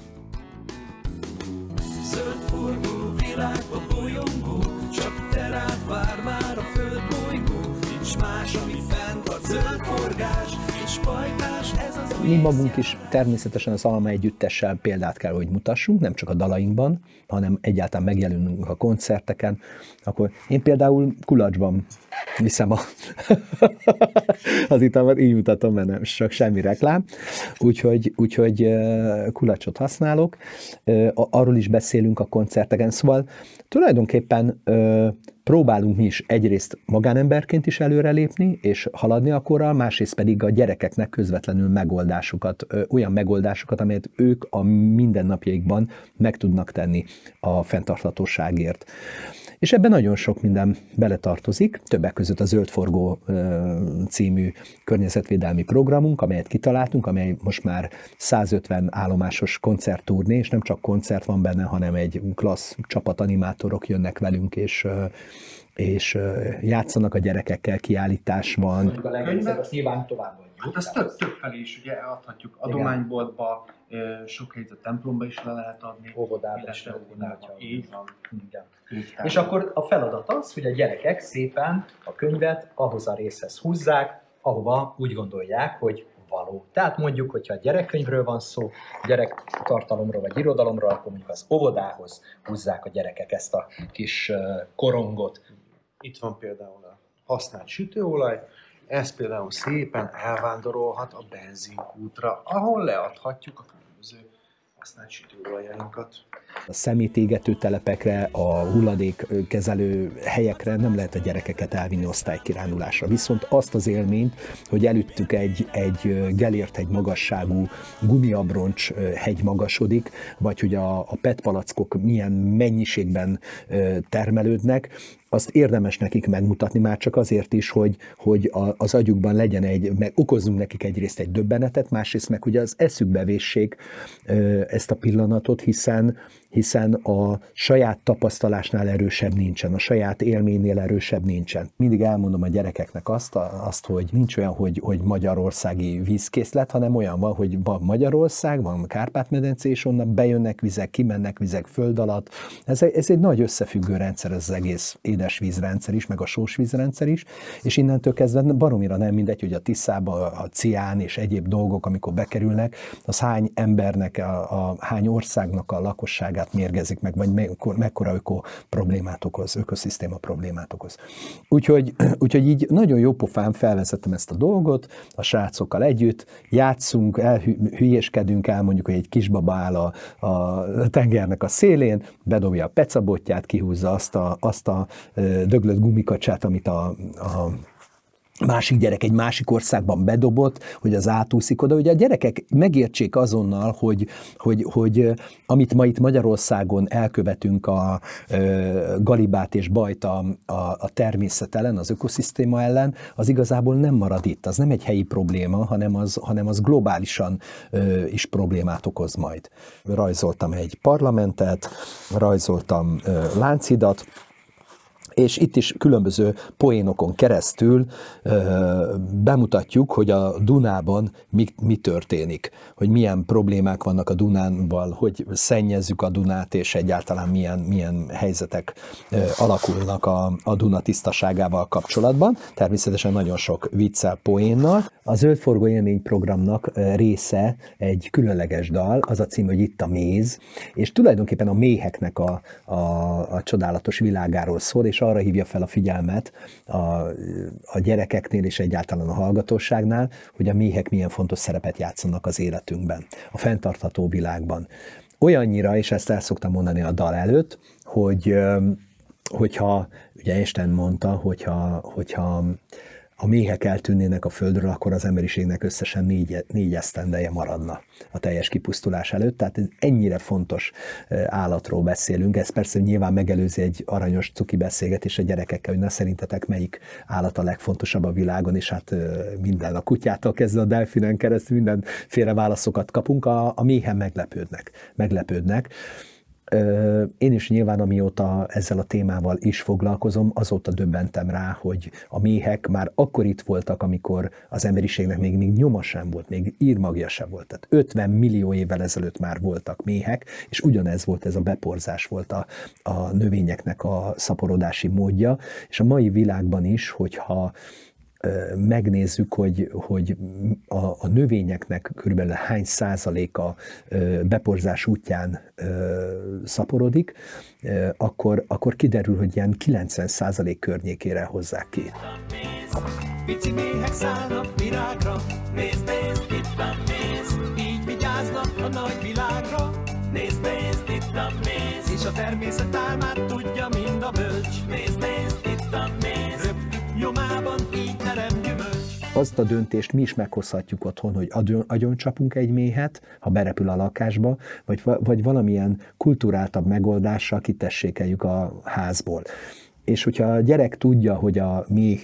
Zöldforgó világba bolyongó, csak te rád vár már a földbolygó, nincs más, ami fenntart, zöldforgás és pajtás, ez az Mi magunk is természetesen az Alma Együttessel példát kell, hogy mutassunk, nem csak a dalainkban, hanem egyáltalán megjelenünk a koncerteken. Akkor én például kulacsban viszem az italmat, így mutatom, mert nem csak semmi reklám, úgyhogy kulacsot használok. Arról is beszélünk a koncerteken, szóval tulajdonképpen próbálunk mi is egyrészt magánemberként is előrelépni, és haladni a korral, másrészt pedig a gyerekeknek közvetlenül megoldásokat, olyan megoldásokat, amelyet ők a mindennapjaikban meg tudnak tenni a fenntarthatóságért. És ebben nagyon sok minden beletartozik, többek között a Zöldforgó című környezetvédelmi programunk, amelyet kitaláltunk, amely most már 150 állomásos koncertturné, és nem csak koncert van benne, hanem egy klassz csapatanimátorok jönnek velünk, és játszanak a gyerekekkel, kiállítás van. A legegyszerűbb, azt nyilván továbbadjuk. Hát azt több felé is ugye adhatjuk adományboltba, sok helyet a templomba is le lehet adni. Óvodába, így van. És akkor a feladat az, hogy a gyerekek szépen a könyvet ahhoz a részhez húzzák, ahova úgy gondolják, hogy való. Tehát mondjuk, hogyha a gyerekkönyvről van szó, gyerektartalomról vagy irodalomról, akkor mondjuk az óvodához húzzák a gyerekek ezt a kis korongot. Itt van például a használt sütőolaj, ez például szépen elvándorolhat a benzinkútra, ahol leadhatjuk a különböző használt sütőolajainkat. A szemétégető telepekre, a hulladékkezelő helyekre nem lehet a gyerekeket elvinni osztálykirándulásra. Viszont azt az élményt, hogy előttük egy Gellért hegy magasságú gumiabroncs hegy magasodik, vagy hogy a PET palackok milyen mennyiségben termelődnek, azt érdemes nekik megmutatni, már csak azért is, hogy az agyukban legyen okozzunk nekik egyrészt egy döbbenetet, másrészt meg ugye az eszükbe véssék ezt a pillanatot, hiszen a saját tapasztalásnál erősebb nincsen, a saját élménynél erősebb nincsen. Mindig elmondom a gyerekeknek azt, hogy nincs olyan, hogy magyarországi vízkészlet, hanem olyan van, hogy van Magyarország, van Kárpát-medence, és onnan bejönnek vizek, kimennek vizek föld alatt. Ez egy nagy összefüggő rendszer, ez az egész édesvízrendszer is, meg a sósvízrendszer is, és innentől kezdve baromira nem mindegy, hogy a Tiszába a cián és egyéb dolgok, amikor bekerülnek, az hány embernek, hány országnak a lakosságát mérgezik meg, vagy mekkora problémát okoz, ökoszisztéma problémát okoz. Úgyhogy így nagyon jó pofán felvezettem ezt a dolgot, a srácokkal együtt, játszunk, hülyéskedünk, elmondjuk, hogy egy kisbaba áll a tengernek a szélén, bedobja a pecabotját, kihúzza azt a döglött gumikacsát, amit a másik gyerek egy másik országban bedobott, hogy az átúszik oda. Ugye a gyerekek megértsék azonnal, hogy amit ma itt Magyarországon elkövetünk a galibát és bajt a természet ellen, az ökoszisztéma ellen, az igazából nem marad itt. Az nem egy helyi probléma, hanem az globálisan is problémát okoz majd. Rajzoltam egy parlamentet, rajzoltam Lánchidat, És itt is különböző poénokon keresztül bemutatjuk, hogy a Dunában mi történik, hogy milyen problémák vannak a Dunával, hogy szennyezzük a Dunát, és egyáltalán milyen helyzetek alakulnak a Duna tisztaságával kapcsolatban. Természetesen nagyon sok viccel, poénnal. A Zöldforgó élményprogramnak része egy különleges dal, az a cím, hogy Itt a méz, és tulajdonképpen a méheknek a csodálatos világáról szól, és arra hívja fel a figyelmet a gyerekeknél és egyáltalán a hallgatóságnál, hogy a méhek milyen fontos szerepet játszanak az életünkben, a fenntartható világban. Olyannyira, és ezt el szoktam mondani a dal előtt, hogyha ugye Isten mondta, hogyha a méhek eltűnnének a földről, akkor az emberiségnek összesen 4 esztendeje maradna a teljes kipusztulás előtt. Tehát ennyire fontos állatról beszélünk. Ez persze nyilván megelőzi egy aranyos cuki beszélgetés a gyerekekkel, hogy na szerintetek melyik állat a legfontosabb a világon, és hát minden, a kutyától kezdve a delfinen keresztül mindenféle válaszokat kapunk, a méhen meglepődnek. Én is nyilván, amióta ezzel a témával is foglalkozom, azóta döbbentem rá, hogy a méhek már akkor itt voltak, amikor az emberiségnek még nyoma sem volt, még írmagja sem volt. Tehát 50 millió évvel ezelőtt már voltak méhek, és ugyanez volt, ez a beporzás volt a növényeknek a szaporodási módja, és a mai világban is, hogyha megnézzük, hogy a növényeknek körülbelül hány százaléka beporzás útján szaporodik, akkor kiderül, hogy ilyen 90% környékére hozzák ki. Pici méhek szállnak virágra, nézd, itt a méz, így vigyáznak a nagy világra, nézd, itt a méz, és a természet álmát tudja mind a bölcs, nézd, itt a méz, röptük nyomában így terem gyümölcs. Azt a döntést mi is meghozhatjuk otthon, hogy agyoncsapunk egy méhet, ha berepül a lakásba, vagy valamilyen kulturáltabb megoldással kitessékeljük a házból. És hogyha a gyerek tudja, hogy a méh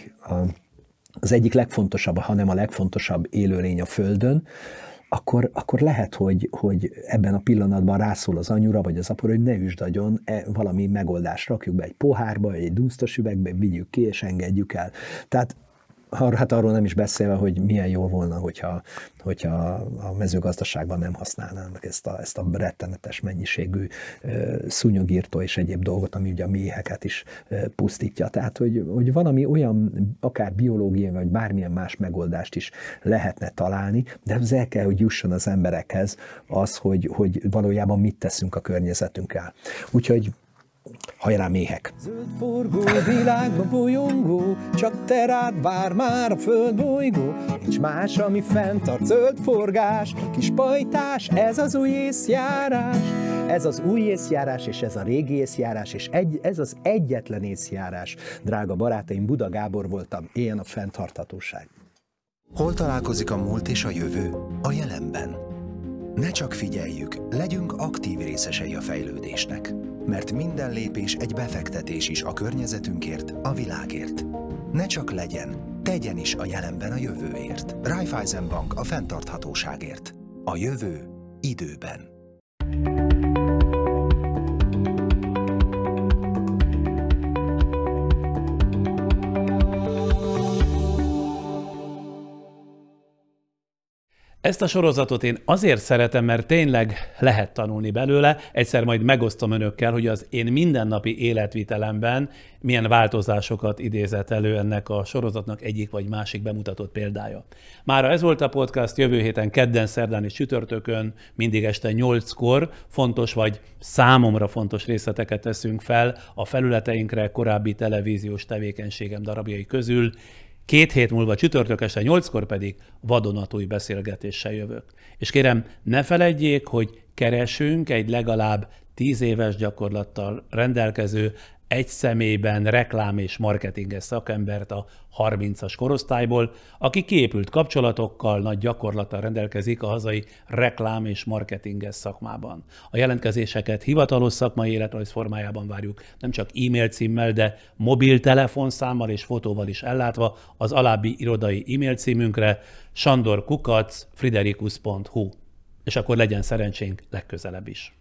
az egyik legfontosabb, hanem a legfontosabb élőlény a Földön, akkor lehet, hogy ebben a pillanatban rászól az anyura, vagy az apura, hogy ne üsd agyon, valami megoldást rakjuk be egy pohárba, egy dunsztos üvegbe, vigyük ki, és engedjük el. Tehát hát arról nem is beszélve, hogy milyen jó volna, hogyha a mezőgazdaságban nem használnának ezt a rettenetes mennyiségű szúnyogírtó és egyéb dolgot, ami ugye a méheket is pusztítja. Tehát, hogy valami olyan, akár biológiai, vagy bármilyen más megoldást is lehetne találni, de ez el kell, hogy jusson az emberekhez az, hogy valójában mit teszünk a környezetünkkel. Úgyhogy hajrá méhek! Zöld forgó világba bolyongó, csak te rád vár már a földbolygó. Nincs más, ami fenntart, zöld forgás, kis pajtás, ez az új észjárás. Ez az új észjárás, és ez a régi észjárás, és ez az egyetlen észjárás. Drága barátaim, Buda Gábor voltam, éljen a fenntarthatóság. Hol találkozik a múlt és a jövő? A jelenben. Ne csak figyeljük, legyünk aktív részesei a fejlődésnek. Mert minden lépés egy befektetés is a környezetünkért, a világért. Ne csak legyen, tegyen is a jelenben a jövőért. Raiffeisenbank a fenntarthatóságért. A jövő időben. Ezt a sorozatot én azért szeretem, mert tényleg lehet tanulni belőle. Egyszer majd megosztom önökkel, hogy az én mindennapi életvitelemben milyen változásokat idézett elő ennek a sorozatnak egyik vagy másik bemutatott példája. Mára ez volt a podcast, jövő héten kedden, szerdán és csütörtökön, mindig este 8-kor fontos vagy számomra fontos részleteket teszünk fel a felületeinkre korábbi televíziós tevékenységem darabjai közül. 2 hét múlva csütörtök este 8-kor pedig vadonatúj beszélgetéssel jövök. És kérem, ne feledjék, hogy keresünk egy legalább 10 éves gyakorlattal rendelkező, egy személyben reklám és marketinges szakembert a 30-as korosztályból, aki kiépült kapcsolatokkal, nagy gyakorlattal rendelkezik a hazai reklám és marketinges szakmában. A jelentkezéseket hivatalos szakmai életrajz formájában várjuk, nem csak e-mail címmel, de mobiltelefonszámmal és fotóval is ellátva az alábbi irodai e-mail címünkre sandor@friderikus.hu. És akkor legyen szerencsénk legközelebb is.